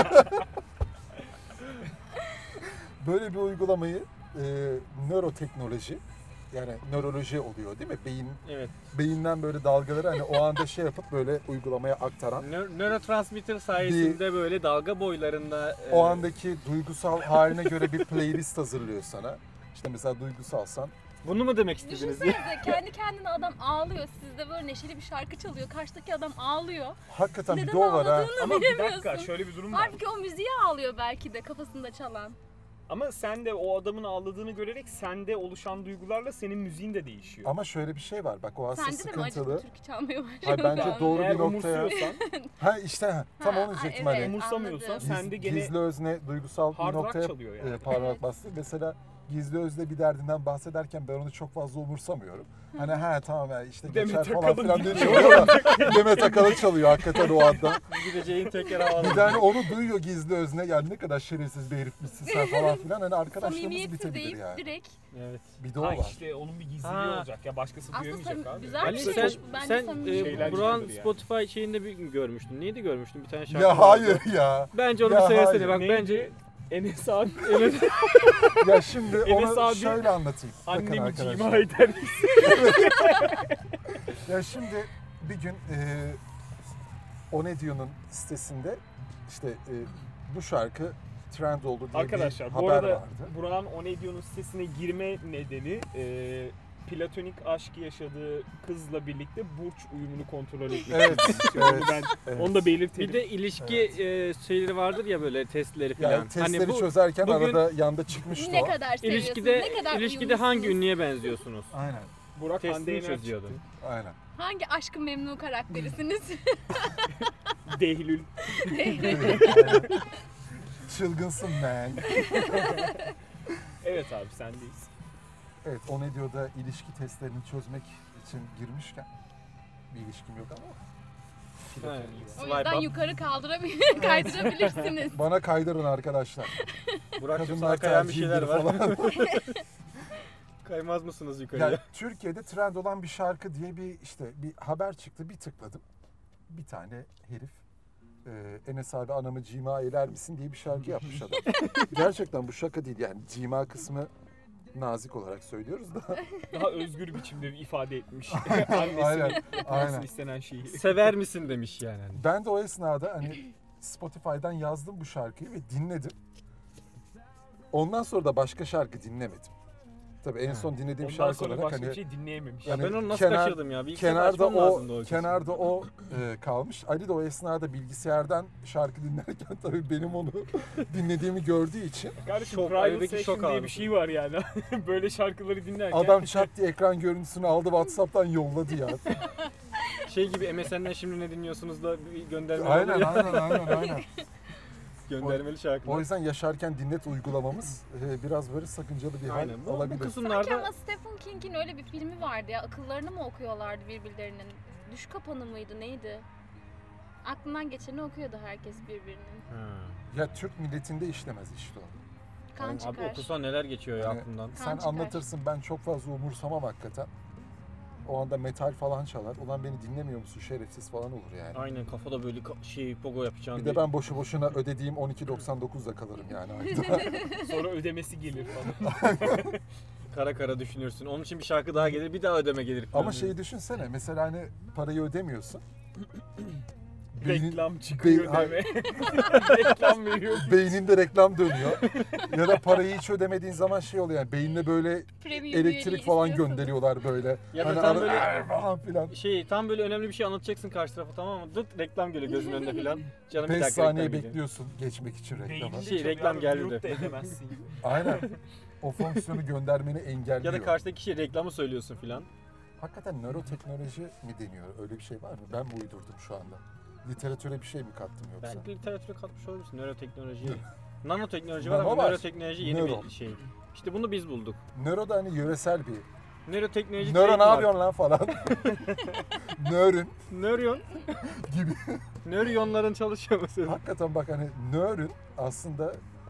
Speaker 2: Böyle bir uygulamayı nöroteknoloji yani nöroloji oluyor değil mi?
Speaker 3: Evet.
Speaker 2: Beyinden böyle dalgaları hani o anda şey yapıp böyle uygulamaya aktaran.
Speaker 3: Nörotransmitter sayesinde böyle dalga boylarında
Speaker 2: O andaki duygusal haline göre bir playlist hazırlıyor sana. İşte mesela duygusalsan
Speaker 3: bunu mu demek istediniz diye.
Speaker 5: Düşünsenize kendi kendine adam ağlıyor. Sizde böyle neşeli bir şarkı çalıyor. Karşıdaki adam ağlıyor.
Speaker 2: hakikaten bir
Speaker 5: Neden
Speaker 2: de o var ha.
Speaker 5: ağladığını
Speaker 4: Ama bir dakika
Speaker 5: bilemiyorsun.
Speaker 4: şöyle bir durum var.
Speaker 5: Halbuki o müziğe ağlıyor belki de kafasında çalan.
Speaker 4: Ama sen de o adamın ağladığını görerek sende oluşan duygularla senin müziğin de değişiyor.
Speaker 2: Ama şöyle bir şey var bak o aslında
Speaker 5: Sende de mi acaba
Speaker 2: sıkıntılı.
Speaker 5: türkü çalmaya başladı?
Speaker 2: Hayır, bence doğru
Speaker 4: Eğer
Speaker 2: bir noktaya.
Speaker 4: umursuyorsan,
Speaker 2: Ha işte tam
Speaker 5: Ha,
Speaker 2: onu diyecektim
Speaker 5: evet.
Speaker 2: hani.
Speaker 4: umursamıyorsan
Speaker 5: anladım.
Speaker 4: sen de gene
Speaker 2: Gizli özne duygusal bir
Speaker 4: hard rock
Speaker 2: noktaya
Speaker 4: çalıyor yani.
Speaker 2: parmak bastı. Mesela Gizli Öz'de bir derdinden bahsederken ben onu çok fazla umursamıyorum. Hani he tamam ya işte
Speaker 4: Demet
Speaker 2: geçer falan
Speaker 4: Akalın
Speaker 2: filan
Speaker 4: gibi
Speaker 2: diye çalıyor ama Demet Akalın çalıyor hakikaten o anda.
Speaker 3: Gideceğin tekrar havalı.
Speaker 2: Bir tane onu duyuyor Gizli Öz'ne yani ne kadar şerefsiz bir herifmişsin sen falan filan. Hani arkadaşlığımız
Speaker 5: Samimiyetsiz
Speaker 2: bitebilir
Speaker 5: deyip
Speaker 2: yani.
Speaker 5: direkt.
Speaker 3: Evet.
Speaker 2: Bir de o
Speaker 4: Ha
Speaker 2: var.
Speaker 4: işte onun bir gizliliği
Speaker 3: Ha.
Speaker 4: olacak ya başkası duyamayacak abi.
Speaker 5: güzel
Speaker 3: Ali
Speaker 5: bir şey.
Speaker 3: sen,
Speaker 5: Bence
Speaker 3: sen
Speaker 5: samimi
Speaker 4: şeyler
Speaker 3: Burak'ın
Speaker 4: çıkabilir yani.
Speaker 3: Spotify şeyinde bir gün görmüştün. Neydi görmüştün? Bir tane şarkı
Speaker 2: Ya
Speaker 3: vardı.
Speaker 2: hayır ya.
Speaker 3: Bence onu
Speaker 2: Ya
Speaker 3: bir söylesene.
Speaker 2: hayır.
Speaker 3: Bak
Speaker 4: Neydi?
Speaker 3: bence
Speaker 4: Enes abi
Speaker 2: Ya şimdi
Speaker 4: Enes
Speaker 2: onu
Speaker 4: abi,
Speaker 2: şöyle anlatayım. Bakın
Speaker 4: annemi
Speaker 2: arkadaşlar.
Speaker 4: cima eder misin?
Speaker 2: Ya şimdi bir gün Onedio'nun sitesinde işte bu şarkı trend oldu diye
Speaker 4: Arkadaşlar
Speaker 2: bir
Speaker 4: bu
Speaker 2: haber
Speaker 4: arada
Speaker 2: vardı.
Speaker 4: Burak'ın Onedio'nun sitesine girme nedeni platonik aşk yaşadığı kızla birlikte burç uyumunu kontrol etmek.
Speaker 2: Evet, evet,
Speaker 4: Ben
Speaker 2: evet.
Speaker 4: onu da belirtelim.
Speaker 3: bir de ilişki şeyleri vardır ya böyle testleri falan.
Speaker 2: Yani testleri
Speaker 3: hani bu
Speaker 2: çözerken
Speaker 3: bugün-
Speaker 2: arada yanda çıkmıştı
Speaker 5: Ne
Speaker 2: o.
Speaker 5: kadar seviyorsunuz,
Speaker 3: ilişkide
Speaker 5: ne kadar
Speaker 3: ilişkide hangi
Speaker 5: uyumlusunuz?
Speaker 3: ünlüye benziyorsunuz?
Speaker 2: Aynen,
Speaker 4: Burak Hande
Speaker 3: Testini
Speaker 4: Yener
Speaker 3: çözüyordu.
Speaker 4: çıktı.
Speaker 2: aynen.
Speaker 5: Hangi Aşk-ı Memnu karakterisiniz?
Speaker 4: Dehlül.
Speaker 2: Aynen. Çılgınsın man.
Speaker 4: Evet abi sendeyiz.
Speaker 2: Evet, Onedio'da ilişki testlerini çözmek için girmişken bir ilişkim yok ama
Speaker 3: Evet.
Speaker 5: O
Speaker 3: Swipe
Speaker 5: yüzden
Speaker 3: up.
Speaker 5: yukarı kaydırabilirsiniz.
Speaker 2: bana kaydırın arkadaşlar.
Speaker 3: Burak'cığım sana
Speaker 2: Kadınlar
Speaker 3: kayan bir şeyler
Speaker 2: tercihleri
Speaker 3: var.
Speaker 2: falan.
Speaker 3: Kaymaz mısınız yukarıya?
Speaker 2: Yani Türkiye'de trend olan bir şarkı diye bir haber çıktı. Bir tıkladım. Bir tane herif Enes abi anamı cima eder misin diye bir şarkı yapmış adam. Gerçekten bu şaka değil yani cima kısmı nazik olarak söylüyoruz da.
Speaker 4: Daha özgür biçimde bir ifade etmiş.
Speaker 2: Aynen,
Speaker 4: Annesinin
Speaker 2: aynen.
Speaker 4: yapmasını istenen şeyi.
Speaker 3: Sever misin demiş yani. Hani.
Speaker 2: Ben de o esnada hani Spotify'dan yazdım bu şarkıyı ve dinledim. Ondan sonra da başka şarkı dinlemedim. Tabii en son dinlediğim
Speaker 4: Ondan
Speaker 2: şarkı
Speaker 4: sonra
Speaker 2: olarak
Speaker 4: başka
Speaker 2: hani
Speaker 4: bir şey dinleyememiş.
Speaker 2: Yani
Speaker 3: Ben onu nasıl
Speaker 2: kenar-
Speaker 3: kaçırdım ya? Bilgisayarı
Speaker 2: kenarda
Speaker 3: açmam lazımdı
Speaker 2: o
Speaker 3: kesin.
Speaker 2: kenarda o kalmış. Ali de o esnada bilgisayardan şarkı dinlerken tabii benim onu dinlediğimi gördüğü için
Speaker 4: Kardeşim
Speaker 3: Şok,
Speaker 4: private
Speaker 3: evdeki
Speaker 4: session
Speaker 3: şok
Speaker 4: diye bir
Speaker 3: ağrısı.
Speaker 4: şey var yani. Böyle şarkıları dinlerken.
Speaker 2: adam çat diye ekran görüntüsünü aldı WhatsApp'tan yolladı ya.
Speaker 3: Şey gibi MSN'den şimdi ne dinliyorsunuz da bir gönderme
Speaker 2: aynen
Speaker 3: oluyor.
Speaker 2: aynen.
Speaker 3: Göndermeli şarkılar.
Speaker 2: O yüzden yaşarken dinlet uygulamamız biraz böyle sakıncalı bir hal
Speaker 3: Aynen. Bu
Speaker 2: olabilir.
Speaker 5: Sanki
Speaker 3: kısımlarda
Speaker 5: ama Stephen King'in öyle bir filmi vardı ya. Akıllarını mı okuyorlardı birbirlerinin? Düş kapanı mıydı neydi? Aklından geçeni okuyordu herkes birbirinin.
Speaker 3: Ha.
Speaker 2: Ya Türk milletinde işlemez işte o.
Speaker 5: Kan
Speaker 2: Yani
Speaker 5: çıkar.
Speaker 3: Abi okusan neler geçiyor ya
Speaker 2: Yani-
Speaker 3: aklımdan.
Speaker 2: Sen
Speaker 5: çıkar.
Speaker 2: anlatırsın ben çok fazla umursamam hakikaten. O anda metal falan çalar. Ulan beni dinlemiyor musun şerefsiz falan olur yani.
Speaker 3: Aynen kafada böyle pogo yapacağın
Speaker 2: Bir de ben boşu boşuna ödediğim 12.99'da kalırım yani ayda.
Speaker 4: Sonra ödemesi gelir falan.
Speaker 3: kara kara düşünürsün. Onun için bir şarkı daha gelir, bir daha ödeme gelir. falan.
Speaker 2: Ama şeyi düşünsene mesela hani parayı ödemiyorsun. Beynin-
Speaker 4: Reklam çıkıyor
Speaker 2: Hayır.
Speaker 4: deme. Reklam veriyor.
Speaker 2: Beyninde reklam dönüyor. Ya da parayı hiç ödemediğin zaman şey oluyor yani beynine böyle
Speaker 5: Premium
Speaker 2: elektrik
Speaker 5: üyeliği
Speaker 2: falan
Speaker 5: istiyorsanız.
Speaker 2: gönderiyorlar böyle.
Speaker 3: Ya da
Speaker 2: Hani
Speaker 3: tam
Speaker 2: ara-
Speaker 3: böyle-
Speaker 2: falan filan.
Speaker 3: Şey tam böyle önemli bir şey anlatacaksın karşı tarafa tamam mı? Dıt reklam geliyor gözünün önünde falan. Canım bir
Speaker 2: 5
Speaker 3: dakika
Speaker 2: saniye
Speaker 3: reklam gelecek.
Speaker 2: bekliyorsun geçmek için reklama.
Speaker 4: Beyninde
Speaker 3: Şey,
Speaker 4: çalıyor
Speaker 3: reklam
Speaker 4: abi,
Speaker 3: geldi
Speaker 4: mute
Speaker 3: de.
Speaker 4: da edemezsin.
Speaker 2: Aynen. O fonksiyonu göndermeni engelliyor.
Speaker 3: Ya da karşıdaki kişiye reklamı söylüyorsun filan.
Speaker 2: Hakikaten nöroteknoloji mi deniyor? Öyle bir şey var mı? Ben mi uydurdum şu anda? Literatüre bir şey mi kattım yoksa?
Speaker 3: Belki literatüre katmış olabilirsin. Nöroteknoloji. Nanoteknoloji var
Speaker 2: Nano
Speaker 3: ama
Speaker 2: var.
Speaker 3: nöroteknoloji yeni
Speaker 2: Nöro.
Speaker 3: bir şey. İşte bunu biz bulduk.
Speaker 2: Nöro da hani yöresel bir.
Speaker 3: Nöroteknoloji
Speaker 2: Nöro ne
Speaker 3: trademark.
Speaker 2: yapıyorsun lan falan. Nörün
Speaker 3: Nöryon.
Speaker 2: gibi.
Speaker 3: Nöryonların çalışıyor mesela.
Speaker 2: Hakikaten bak hani nörün aslında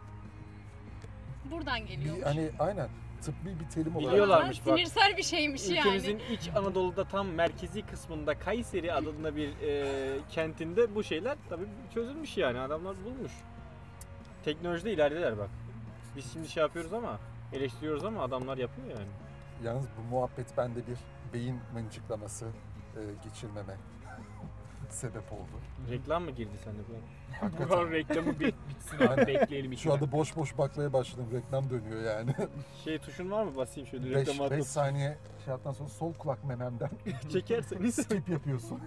Speaker 5: Buradan
Speaker 2: bir
Speaker 5: geliyormuş.
Speaker 2: hani aynen tıbbi bir terim olarak.
Speaker 3: Biliyorlarmış bak.
Speaker 5: Sinirsel bir şeymiş
Speaker 3: Ülkemizin
Speaker 5: yani.
Speaker 3: iç Anadolu'da tam merkezi kısmında Kayseri adında bir kentinde bu şeyler tabii çözülmüş yani adamlar bulmuş. Teknolojide ilerideler bak. Biz şimdi şey yapıyoruz ama eleştiriyoruz ama adamlar yapıyor yani.
Speaker 2: Yalnız bu muhabbet bende bir beyin mıncıklaması geçirmeme sebep oldu.
Speaker 3: Reklam mı girdi sende bu?
Speaker 2: Hakikaten.
Speaker 4: Buran reklamı bitsin abi
Speaker 2: Aynen.
Speaker 4: bekleyelim. iki
Speaker 2: Şu anda
Speaker 4: dakika.
Speaker 2: boş boş bakmaya başladım. Reklam dönüyor yani.
Speaker 3: Şey tuşun var mı basayım şöyle
Speaker 2: 5
Speaker 3: reklamı atlasın.
Speaker 2: saniye şey yaptıktan sonra sol kulak mememden
Speaker 3: Çekerseniz.
Speaker 2: skip yapıyorsun.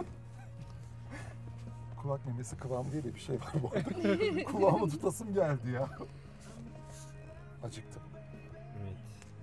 Speaker 2: Kulak memesi kıvamı diye de bir şey var bu arada. Kulağımı tutasım geldi ya. Acıktım.
Speaker 3: Evet.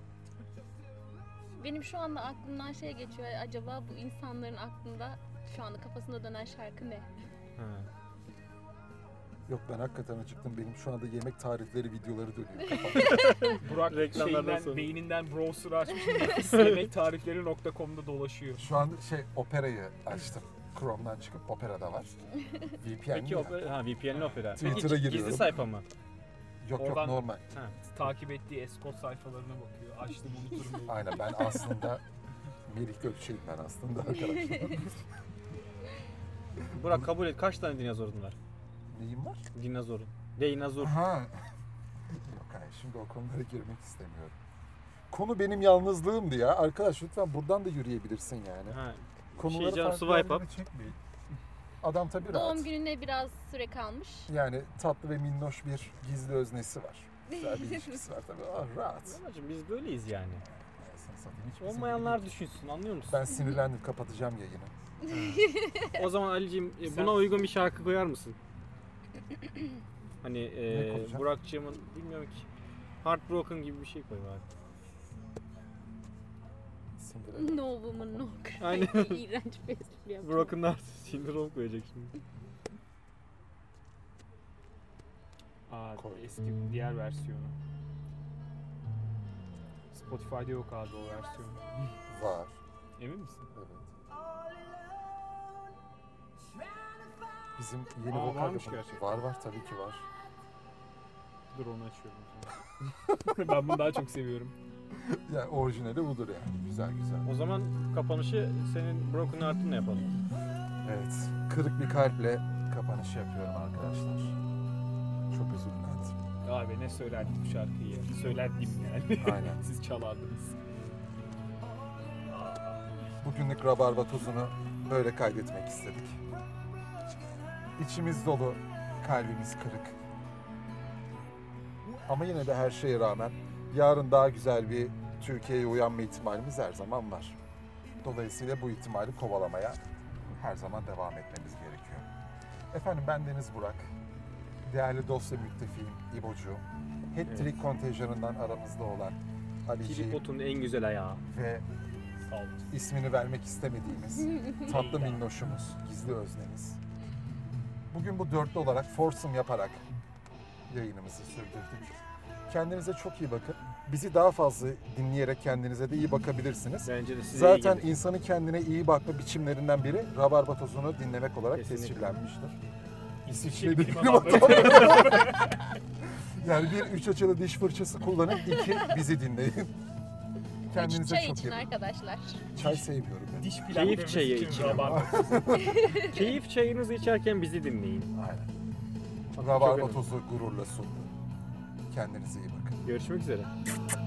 Speaker 5: Benim şu anda aklımdan şey geçiyor. Acaba bu insanların aklında şu anda kafasında dönen şarkı ne?
Speaker 3: Ha.
Speaker 2: Yok ben hakikaten acıktım. Benim şu anda yemek tarifleri videoları dönüyor kafamda.
Speaker 4: Burak
Speaker 3: Reklamlardan sonra.
Speaker 4: beyninden browser açmış. Nefis yemektarifleri.com'da dolaşıyor.
Speaker 2: Şu an Opera'yı açtım. Chrome'dan çıkıp Opera'da var. VPN
Speaker 3: Peki VPN'li opera.
Speaker 2: Twitter'a
Speaker 3: Peki,
Speaker 2: giriyorum.
Speaker 3: gizli sayfa mı?
Speaker 2: Yok
Speaker 4: Oradan-
Speaker 2: normal.
Speaker 3: Ha.
Speaker 4: Takip ettiği escort sayfalarına bakıyor. Açtım unuturum diye.
Speaker 2: Aynen ben aslında Melih Gökçe'yim ben aslında arkadaşlar.
Speaker 3: Burak kabul et. Kaç tane dinozorun var?
Speaker 2: Neyim var?
Speaker 3: Dinozorun. Dinozor.
Speaker 2: Aha. Yok hayır şimdi o konulara girmek istemiyorum. Konu benim yalnızlığımdı ya. Arkadaş lütfen buradan da yürüyebilirsin yani.
Speaker 3: Ha.
Speaker 2: Konuları
Speaker 3: canım,
Speaker 2: farklı
Speaker 3: swipe
Speaker 2: yerlere
Speaker 3: up.
Speaker 2: çekmeyin. Adam tabii rahat.
Speaker 5: Doğum gününe biraz süre kalmış.
Speaker 2: Yani tatlı ve minnoş bir gizli öznesi var. Güzel bir ilişkisi var tabii. Rahat.
Speaker 3: Babacım biz böyleyiz yani.
Speaker 2: Anasını satayım, hiç bizim
Speaker 3: Olmayanlar
Speaker 2: gibi değil.
Speaker 3: düşünsün, anlıyor musun?
Speaker 2: Ben sinirlendim kapatacağım yayını.
Speaker 3: O zaman Ali'ciğim
Speaker 4: Sen-
Speaker 3: buna uygun bir şarkı koyar mısın? Hani
Speaker 2: Ne koyacağım?
Speaker 3: Burak'cığımın bilmiyorum ki Heartbroken gibi bir şey koy bari.
Speaker 2: Sindirelim.
Speaker 5: No woman no cry.
Speaker 3: Aynen.
Speaker 5: İğrenç bir espri yaptım.
Speaker 3: Broken Heart Syndrome koyacak şimdi.
Speaker 4: Aa,
Speaker 2: Koy.
Speaker 4: eski diğer versiyonu. Spotify'da yok abi o versiyonu.
Speaker 2: Var.
Speaker 4: Emin misin?
Speaker 2: Evet. Bizim yeni
Speaker 4: Aa,
Speaker 2: vokal
Speaker 4: varmış
Speaker 2: yapımcı-
Speaker 4: gerçekten.
Speaker 2: Var tabii ki var.
Speaker 4: Dur onu açıyorum o zaman. Ben bunu daha çok seviyorum.
Speaker 2: Yani orijinali budur yani. Güzel güzel.
Speaker 3: O zaman kapanışı senin Broken Heart'ınla yapalım.
Speaker 2: Evet. Kırık bir kalple kapanış yapıyorum arkadaşlar. Çok özür dilerim.
Speaker 4: Abi ne söylerdik bu şarkıyı ya. Söylerdim yani.
Speaker 2: Aynen.
Speaker 4: Siz çalardınız.
Speaker 2: Bugünlük rabarba tozunu böyle kaydetmek istedik. İçimiz dolu, kalbimiz kırık. Ama yine de her şeye rağmen yarın daha güzel bir Türkiye'ye uyanma ihtimalimiz her zaman var. Dolayısıyla bu ihtimali kovalamaya her zaman devam etmemiz gerekiyor. Efendim ben Deniz Burak. Değerli dost ve müttefiğim İbocu. Hat-trick kontenjanından aramızda olan Aliciğim
Speaker 3: Tripod'un en güzel ayağı.
Speaker 2: ve
Speaker 4: Sağ olun.
Speaker 2: ismini vermek istemediğimiz tatlı minnoşumuz, gizli öznemiz. Bugün bu dörtlü olarak foursome yaparak yayınımızı sürdürdük. Kendinize çok iyi bakın. Bizi daha fazla dinleyerek kendinize de iyi bakabilirsiniz.
Speaker 3: Bence de size
Speaker 2: Zaten
Speaker 3: iyi gelir.
Speaker 2: insanın kendine iyi bakma biçimlerinden biri rabarba tozunu dinlemek olarak
Speaker 3: Kesinlikle.
Speaker 2: tescillenmiştir.
Speaker 4: İsviçre
Speaker 2: İsviçre'de
Speaker 4: bilim
Speaker 2: bilim
Speaker 4: adamları.
Speaker 2: adamı. Yani bir üç açılı diş fırçası kullanın, iki bizi dinleyin. Kendinize
Speaker 5: Çay
Speaker 2: çok
Speaker 5: için
Speaker 2: iyi bakın.
Speaker 5: arkadaşlar.
Speaker 2: Çay sevmiyorum ben.
Speaker 4: Diş
Speaker 3: Keyif
Speaker 4: plaklarımız
Speaker 3: çayı
Speaker 4: için
Speaker 3: için
Speaker 4: rabarba.
Speaker 3: Keyif çayınızı içerken bizi dinleyin.
Speaker 2: Aynen.
Speaker 3: Çok
Speaker 2: Rabarba
Speaker 3: önemli.
Speaker 2: tozu gururla sundu. Kendinize iyi bakın.
Speaker 3: Görüşmek üzere.